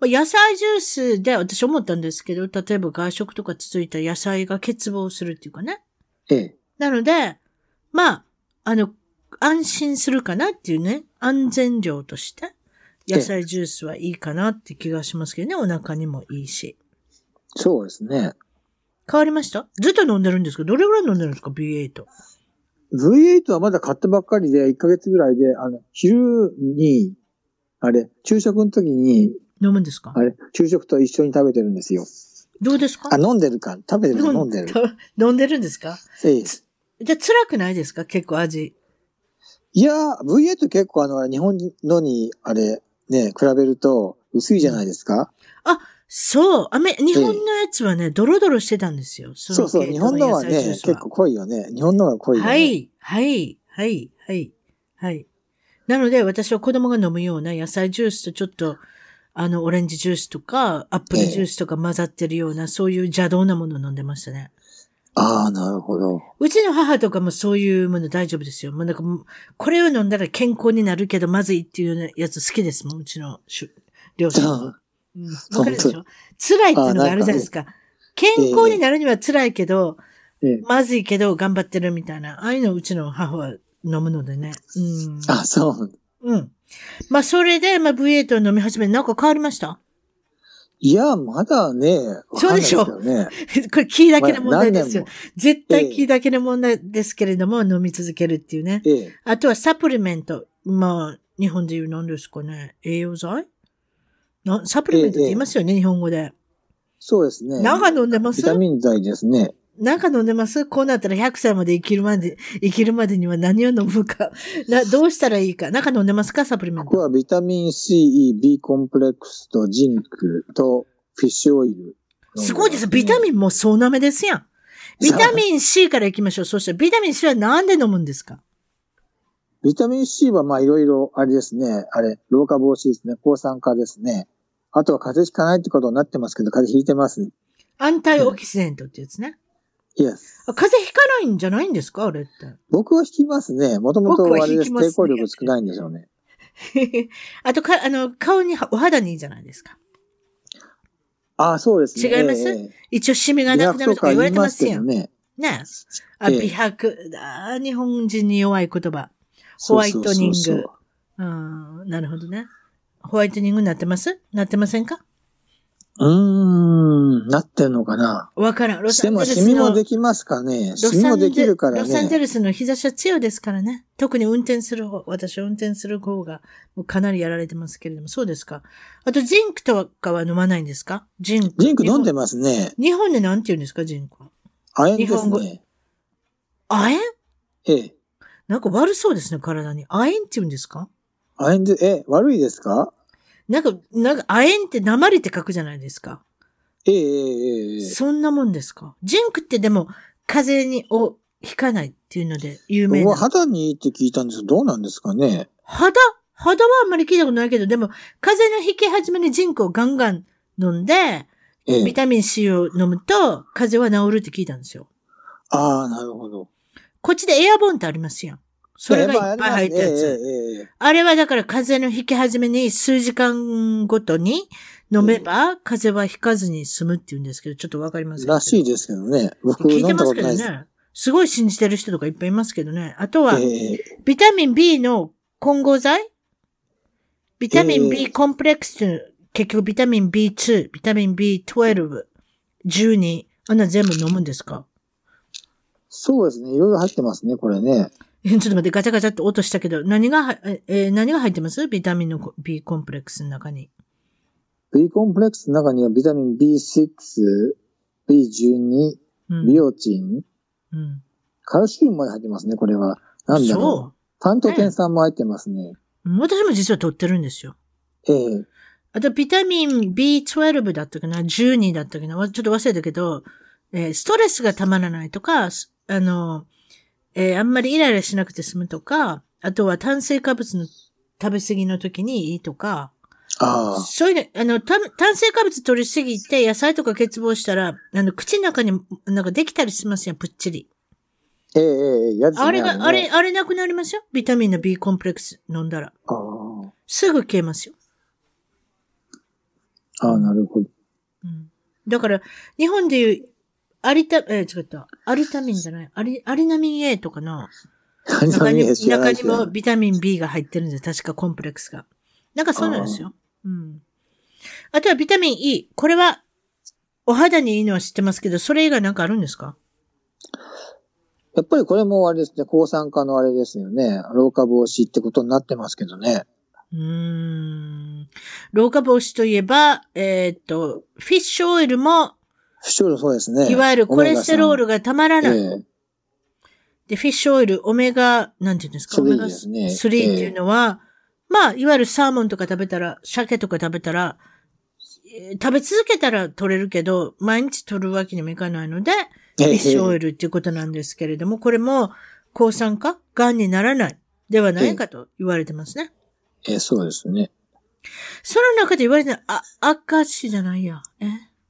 野菜ジュースで私思ったんですけど、例えば外食とか続いた野菜が欠乏するっていうかね。 ええ。 なので、まあ、あの、安心するかなっていうね、安全量として、野菜ジュースはいいかなって気がしますけどね、お腹にもいいし。 そうですね。 変わりました？ずっと飲んでるんですか？どれぐらい飲んでるんですか？ ブイエイト。 ブイエイト はまだ買ったばっかりで、いっかげつぐらいで、あの、昼に、あれ、昼食の時に、 飲むんですか？ あれ、昼食と一緒に食べてるんですよ。 どうですか？ あ、飲んでるか。食べてるか飲んでる。 飲んでるんですか？ ええ。 じゃあ辛くないですか？結構味。 いやー、ブイエイト 結構あの、日本のに、あれ、ね、比べると薄いじゃないですか。 うん、あ、そう。アメ、日本のやつはね、ええ、ドロドロしてたんですよ。 そそうそう、日本のはね、結構濃いよね。日本のは濃いよね。 はい、はい、はい、はい、はい。なので、私は子供が飲むような野菜ジュースとちょっと、あの、オレンジジュースとか、アップルジュースとか混ざってるような、ええ、そういう邪道なものを飲んでましたね。 ああ、なるほど。 うちの母とかもそういうもの大丈夫ですよ。もうなんか、これを飲んだら健康になるけどまずいっていうやつ好きですもん、うちの両親。わ、うん、かるでしょ？辛いっていうのがあるじゃないですか。か健康になるには辛いけど、ええ、まずいけど頑張ってるみたいな。ああいうのうちの母は飲むのでね。うん、 あ、そう。 うん。まあ、それで、まあ、ブイエイト を飲み始めて、なんか変わりました？ いや、まだね、 そうでしょ。ね、これ、キーだけの問題ですよ。まあ、絶対キーだけの問題ですけれども、ええ、飲み続けるっていうね。 ええ、 あとはサプリメント。まあ、日本で言う何ですかね。栄養剤なサプリメントって言いますよね、ええ、日本語で。 そうですね。 なんか飲んでます？ ビタミン剤ですね。 なんか飲んでます？こうなったらひゃくさいまで生きるまで、生きるまでには何を飲むか。などうしたらいいか。なんか飲んでますか？サプリメント。 ここはビタミン C、B コンプレックスとジンクとフィッシュオイル、 ね。すごいです。ビタミンもそうなめですやん。ビタミン C から行きましょう。そしてビタミン C はなんで飲むんですか？ ビタミン C はまあいろいろあれですね。あれ、老化防止ですね。抗酸化ですね。あとは風邪ひかないってことになってますけど、風邪ひいてます。 アンタイオキシデントってやつね。 いや。 風邪ひかないんじゃないんですかあれって。 僕はひきますね。もともとあれです。抵抗力少ないんでしょうね。 あとか、あの、顔に、お肌にいいじゃないですか。 ああ、そうですね。 違います、えー、一応シミがなくなるとか言われてますよ。 ね。 ね。あ、美白、あ、日本人に弱い言葉。ホワイトニング。そうそうそうそう、うん。なるほどね。ホワイトニングになってます？なってませんか？ うーん、なってんのかな。 わからん。ロサンゼルスの。 でも、シミもできますかね。シミもできるからね。 ロサンゼルスの日差しは強いですからね。特に運転する方、私は運転する方がもうかなりやられてますけれども、そうですか。あと、ジンクとかは飲まないんですか？ジンク。 ジンク飲んでますね。 日本でなんて言うんですか、ジンクは。 亜鉛ですね。 亜鉛？ ええ。 なんか悪そうですね、体に。亜鉛って言うんですか？ 亜鉛で、え、悪いですか？ なんか、なんか、亜鉛って鉛って書くじゃないですか。 ええええ、 そんなもんですか？ジンクってでも、風邪に、をひかないっていうので有名な。 肌にいいって聞いたんですけど、どうなんですかね？ 肌肌はあんまり聞いたことないけど、でも、風邪のひき始めにジンクをガンガン飲んで、ええ、ビタミン C を飲むと、風邪は治るって聞いたんですよ。 ああ、なるほど。 こっちでエアボーンってありますやん。 それがいっぱい入ったやつ。 ええええええ、 あれはだから風邪の引き始めに数時間ごとに飲めば風邪は引かずに済むって言うんですけど、ちょっとわかりませんけど。 らしいですけどね。僕聞い飲んだてますけどことないです。 ね。すごい信じてる人とかいっぱいいますけどね。あとは、 ええ、 ビタミン B の混合剤ビタミンええ B コンプレックスって結局ビタミン ビーツー、ビタミン ビートゥエルブ、じゅうに、あんな全部飲むんですか？ そうですね。いろいろ入ってますね、これね。 ちょっと待って、ガチャガチャって音したけど、何がは、えー何が入ってますビタミンの B コンプレックスの中に。 B コンプレックスの中にはビタミン ビーシックス、ビーじゅうに、 うん。 ビオチン、 うん。 カルシウムまで入ってますね、これは。なんだろう。 そパントテン酸も入ってますね。 う。私も実は取ってるんですよ。 ええ、 あと、ビタミン ビートゥエルブ だったかな ?じゅうに だったかなちょっと忘れたけど、えーストレスがたまらないとか、すあの、えーあんまりイライラしなくて済むとか、あとは炭水化物の食べ過ぎの時にいいとか、 ああ、 そういうね、あの、炭炭水化物取りすぎて野菜とか欠乏したら、あの、口の中になんかできたりしますよ、ぷっちり。 ええ、ええ、嫌ですね。 あれが、 ねあれ、あれなくなりますよ。ビタミンの B コンプレックス飲んだら。 ああ、 すぐ消えますよ。 ああ、なるほど。 うん。だから、日本でいう、アリタ、えー、違った。アリタミンじゃない。アリ、アリナミン A とかの中に、中にもビタミン B が入ってるんです。確かコンプレックスが。なんかそうなんですよ。うん。あとはビタミン E。これは、お肌にいいのは知ってますけど、それ以外なんかあるんですか？ やっぱりこれもあれですね、抗酸化のあれですよね。老化防止ってことになってますけどね。 うーん。老化防止といえば、えーっと、フィッシュオイルも、 フィッシュオイルそうですね。 いわゆるコレステロールがたまらない。 ええ、 で、フィッシュオイル、オメガ、なんていうんですか、オメガですねスリーっていうのは、まあ、いわゆるサーモンとか食べたら、鮭とか食べたら、えー食べ続けたら取れるけど、毎日取るわけにもいかないので、フィッシュオイルっていうことなんですけれども、これも抗酸化、癌にならないではないかと言われてますね。 ええ、そうですね。 その中で言われてない、あ、赤字じゃないや。え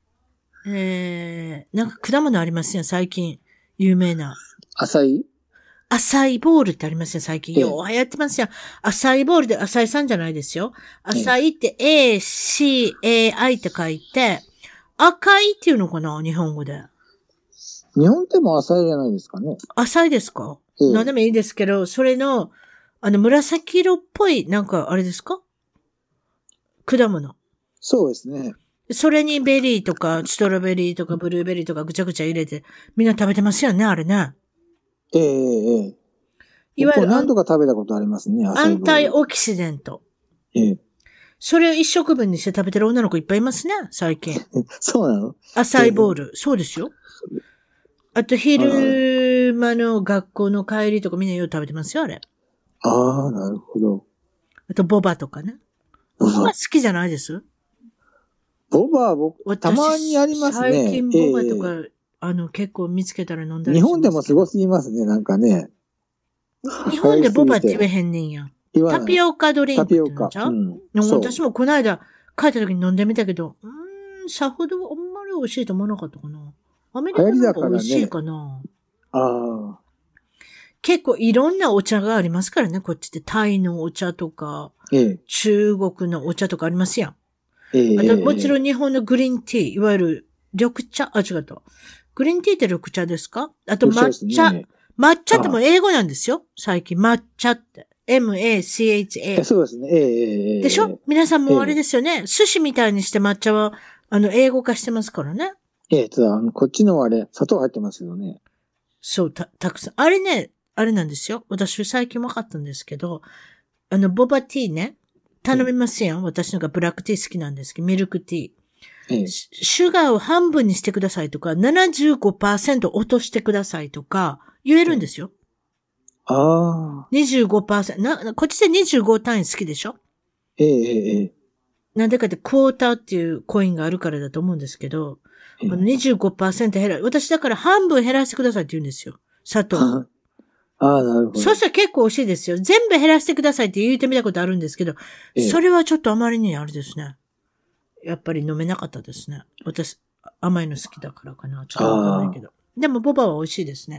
えー、なんか果物ありますよ、最近。有名な。 浅いアサイボールってありますよ、最近。 ええよう流行ってますよ。アサイボールで、アサイさんじゃないですよ。アサイって エーシーエーアイ って書いて、赤いっていうのかな、日本語で。 日本でも浅いじゃないですかね。 浅いですか？ ええ、 何でもいいですけど、それの、あの、紫色っぽい、なんか、あれですか？果物。 そうですね。 それにベリーとか、ストロベリーとか、ブルーベリーとかぐちゃぐちゃ入れて、みんな食べてますよね、あれね。 ええ、ええ。 いわゆる何度か食べたことありますね。 アンタイオキシデント。 ええ。 それを一食分にして食べてる女の子いっぱいいますね、最近。 そうなの？ アサイボール。そうですよ。あと、昼間の学校の帰りとかみんなよう食べてますよ、あれ。 ああ、なるほど。 あと、ボバとかね。ボバ好きじゃないです？ ボバは僕、たまにありますね。 最近ボバとか、 ええ、 あの、結構見つけたら飲んだり日します。 本でもすごすぎますね、なんかね。 日本でボバって言えへんねんや。 言わないタピオカドリンクって言うんちゃう？ タピオカ。うん。 でもそう私もこの間帰った時に飲んでみたけど、うーん、さほどあんまり美味しいと思わなかったかな。アメリカの方が美味しいかな。 ああ。 結構いろんなお茶がありますからね、こっちって。タイのお茶とか、 ええ。 中国のお茶とかありますやん。 ええ。 あともちろん日本のグリーンティー、いわゆる緑茶、あ、違った。グリーンティーって緑茶ですか？あと抹茶。ね、抹茶ってもう英語なんですよ。最近抹茶って。エムエーシーエイチエー。 そうですね。ええ。 でしょ？皆さんもあれですよね。寿司みたいにして抹茶は、あの、英語化してますからね。 ええ、ただ、こっちのあれ、砂糖入ってますよね。 そう、た、たくさん。あれね、あれなんですよ。私最近分かったんですけど、あの、ボバティーね、頼みますよ。私なんかブラックティー好きなんですけど、ミルクティー。ええ、シュガーを半分にしてくださいとか、ななじゅうごパーセント 落としてくださいとか、言えるんですよ。 ああ。 にじゅうごパーセント。な、こっちでにじゅうご単位好きでしょ？ ええ、ええ。 なんでかって、クォーターっていうコインがあるからだと思うんですけど、ええ、にじゅうごパーセント 減ら、私だから半分減らしてくださいって言うんですよ。砂糖。 ああ、なるほど。 そうしたら結構美味しいですよ。全部減らしてくださいって言ってみたことあるんですけど、ええ、それはちょっとあまりにあれですね。やっぱり飲めなかったですね。私、甘いの好きだからかな。ちょっとわかんないけど。でも、ボバは美味しいですね。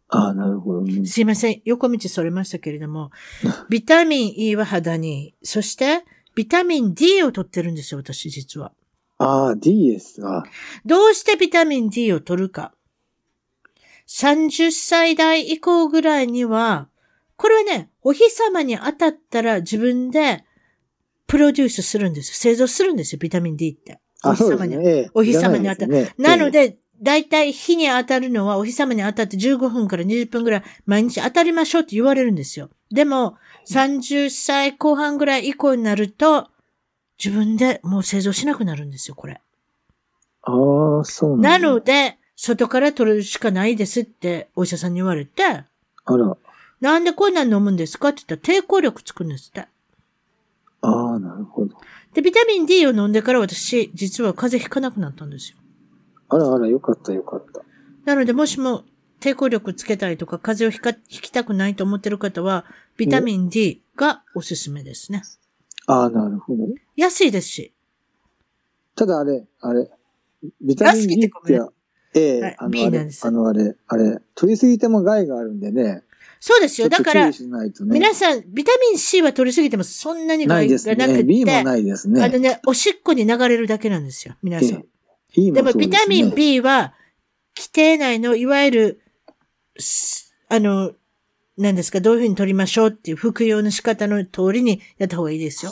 ああ、なるほどね。 すいません。横道それましたけれども、ビタミン E は肌に、そしてビタミン D を取ってるんですよ、私実は。 ああ、D ですか。 どうしてビタミン D を取るか。さんじゅっさい代以降ぐらいには、これはね、お日様に当たったら自分でプロデュースするんですよ。製造するんですよ、ビタミン D って。お日様に、 ね、 お日様に当たる。 ね、 なので、だいたい日に当たるのはお日様に当たってじゅうごふんからにじゅっぷんぐらい毎日当たりましょうって言われるんですよ。でも、さんじゅっさいこう半ぐらい以降になると、自分でもう製造しなくなるんですよ、これ。 ああ、そうなんだ。 なので、外から取るしかないですってお医者さんに言われて、あら。 なんでこんなん飲むんですかって言ったら抵抗力つくんですって。 ああ、なるほど。 で、ビタミン D を飲んでから私、実は風邪ひかなくなったんですよ。 あらあら、よかったよかった。 なので、もしも抵抗力つけたいとか、風邪をひか、ひきたくないと思ってる方は、ビタミン D がおすすめですね。 ああ、なるほど。 安いですし。 ただあれ、あれ、ビタミン D って、ええ、はい、あの、 B なんです。 あの、あれ、あれ、取りすぎても害があるんでね。 そうですよ。だから、 ね、 皆さん、ビタミン C は取りすぎてもそんなに害がなくて。 ないですね。B もないですね。 あのね、おしっこに流れるだけなんですよ。皆さん。ええー、 でも、ビタミン B は、規定内の、いわゆる、あの、何ですか、どういうふうに取りましょうっていう服用の仕方の通りにやった方がいいですよ。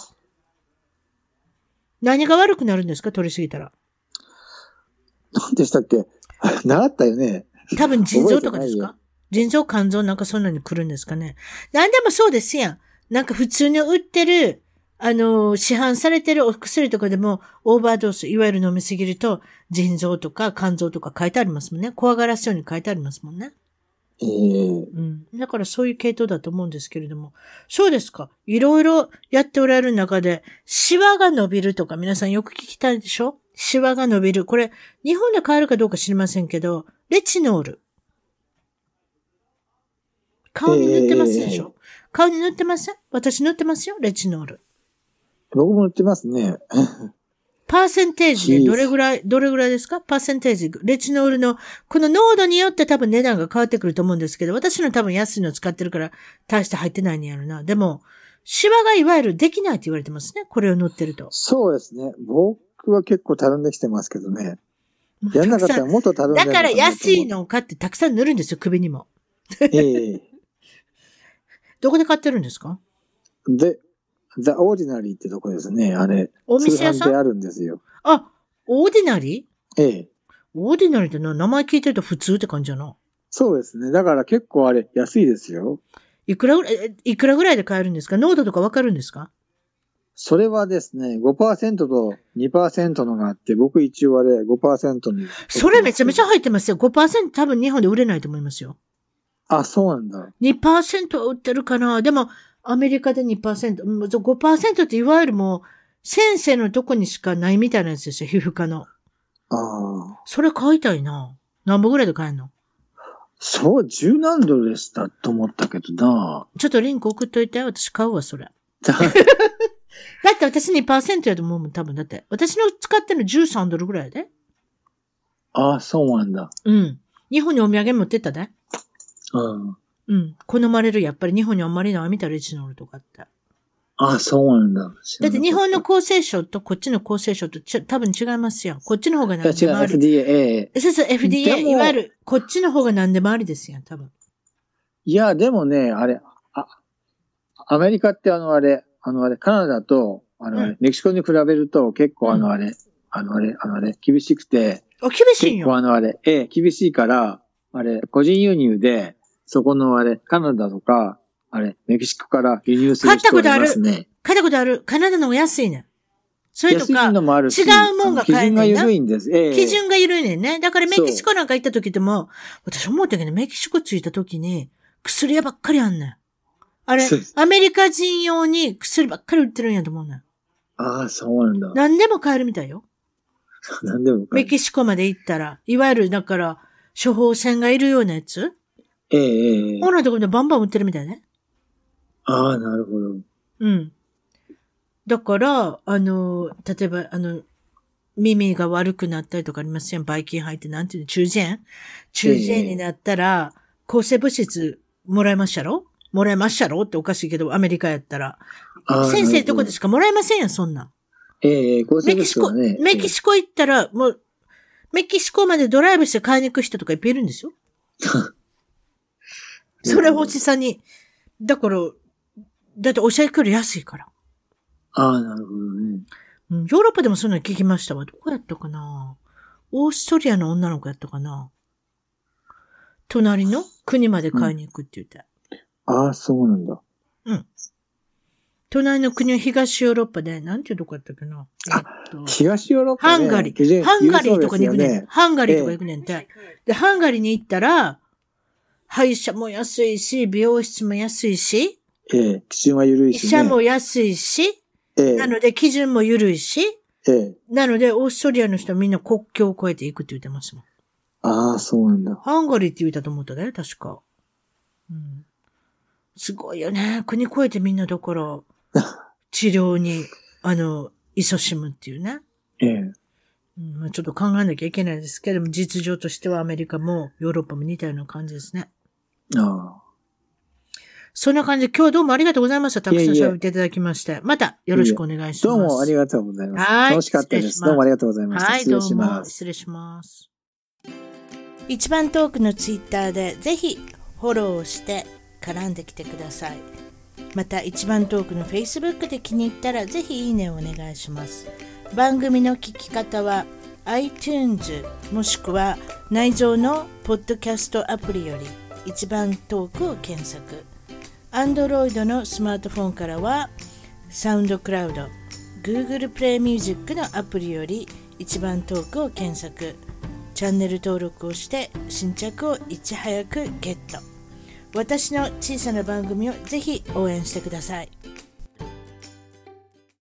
何が悪くなるんですか、取りすぎたら。 何でしたっけ習ったよね。 多分腎臓とかですか？腎臓、肝臓なんかそんなに来るんですかね。何でもそうですやん。なんか普通に売ってる、あの、市販されてるお薬とかでも、オーバードース、いわゆる飲みすぎると、腎臓とか肝臓とか書いてありますもんね。怖がらすように書いてありますもんね。 ええー、 うん。だからそういう系統だと思うんですけれども。そうですか。いろいろやっておられる中で、シワが伸びるとか皆さんよく聞きたいでしょ？シワが伸びる。これ、日本で買えるかどうか知りませんけど、レチノール。顔に塗ってますでしょ、えー、顔に塗ってません？私塗ってますよ、レチノール。 僕も塗ってますね。 パーセンテージでどれぐらい、どれぐらいですか？パーセンテージ。レチノールの、この濃度によって多分値段が変わってくると思うんですけど、私の多分安いの使ってるから、大して入ってないんやろな。でも、シワがいわゆるできないって言われてますね。これを塗ってると。 そうですね。僕は結構たるんできてますけどね。やんなかったらもっとたるんでるだから安いのを買ってたくさん塗るんですよ、首にも。 ええどこで買ってるんですか？ で、The Ordinary ってとこですね。あれ。 お店屋さんであるんですよ。 あ、オーディナリーええ。 オーディナリーってな、名前聞いてると普通って感じやな。 そうですね。だから結構あれ、安いですよ。 いくらぐらい、いくらぐらいで買えるんですか？濃度とかわかるんですか？ それはですね、ごパーセント と にパーセント のがあって、僕一応あれ ごパーセント に。 それめちゃめちゃ入ってますよ。ごパーセント 多分日本で売れないと思いますよ。 あ、そうなんだ。 にパーセント は売ってるかな。でも、アメリカで にパーセント、ごパーセント っていわゆるもう、先生のとこにしかないみたいなやつですよ、皮膚科の。 ああ。 それ買いたいな。何本ぐらいで買えんの？ そう、十何ドルでしたと思ったけどな。 ちょっとリンク送っといて。私買うわ、それ。だって私 にパーセント やと思うもん、多分。だって。私の使ってるのじゅうさんドルぐらいで。 ああ、そうなんだ。 うん。日本にお土産持ってったで。 うん。 うん。好まれる、やっぱり日本にあんまりないみたいレチノールとかって。 ああ、そうなんだ。 だって日本の厚生省とこっちの厚生省とち多分違いますよ。こっちの方が何でもあり。 違う、エフディーエー。 そうそう、エフディーエー。いわゆる、こっちの方が何でもありですよ、多分。 いや、でもね、あれ、あ、アメリカってあのあれ、あのあれ、カナダと、あのあれ、うん、メキシコに比べると結構あのあれ、うん、あのあれ、あのあれ、厳しくて。 あ、厳しいよ。 結構あのあれ、ええ、厳しいから、あれ、個人輸入で、そこのあれ、カナダとか、あれ、メキシコから輸入する人がいますね。 買ったことある。カナダの方が安いね。それとか、 違うもんが買えるねんな。 基準が緩いんです。ええ、 基準が緩いねんね。だからメキシコなんか行った時でも、私思ったけど、メキシコ着いた時に、薬屋ばっかりあんねん。あれ、アメリカ人用に薬ばっかり売ってるんやと思うねん。 ああ、そうなんだ。 何でも買えるみたいよ。 何でも買える。 メキシコまで行ったら、いわゆる、だから、処方箋がいるようなやつ。 ええええ。 こんなところでバンバン売ってるみたいね。 ああ、なるほど。 うん。だから、あの、例えば、あの、耳が悪くなったりとかありますよ。ばい菌入って、なんていうの、中耳炎中耳炎になったら、 抗生物質もらえましたろもらえましたろっておかしいけど、アメリカやったら。先生とこでしかもらえませんやん、そんなん。 ええ、抗生物質はね。 メキシコ行ったら、もう、メキシコまでドライブして買いに行く人とかいっぱいいるんですよ。それ欲しさに。だから、だっておしゃれ来る安いから。 ああ、なるほどね。 うん。ヨーロッパでもそういうの聞きましたわ。どこやったかなオーストリアの女の子やったかな隣の国まで買いに行くって言って。 うん、ああ、そうなんだ。 うん。隣の国は東ヨーロッパで、なんていうとこやったっけな。 あ、東ヨーロッパ、 ね、ハンガリー。ハンガリーとかに行くねん。ハンガリーとか行くねんて。で、ハンガリーに行ったら、歯医者も安いし、美容室も安いし、 ええ、基準は緩いし、ね。医者も安いし、ええ、なので基準も緩いし、ええ、なのでオーストリアの人はみんな国境を越えていくって言ってますもん。 ああ、そうなんだ。 ハンガリーって言ったと思ったね、確か。うん。すごいよね。国越えてみんなだから、治療に、あの、勤しむっていうね。 ええ。 うん、まあ、ちょっと考えなきゃいけないですけども、実情としてはアメリカもヨーロッパも似たような感じですね。 ああ。 そんな感じで今日はどうもありがとうございました。たくさん喋っていただきまして。いえいえまたよろしくお願いします。 どうもありがとうございます。はい。楽しかったです。どうもありがとうございました。 はい、どうも失礼します。一番トークのツイッターでぜひフォローして絡んできてください。また一番トークの Facebook で気に入ったらぜひいいねをお願いします。番組の聞き方は iTunes もしくは内蔵のポッドキャストアプリより一番トークを検索。Android のスマートフォンからは SoundCloud、Google Play Music のアプリより一番トークを検索。チャンネル登録をして新着をいち早くゲット。私の小さな番組をぜひ応援してください。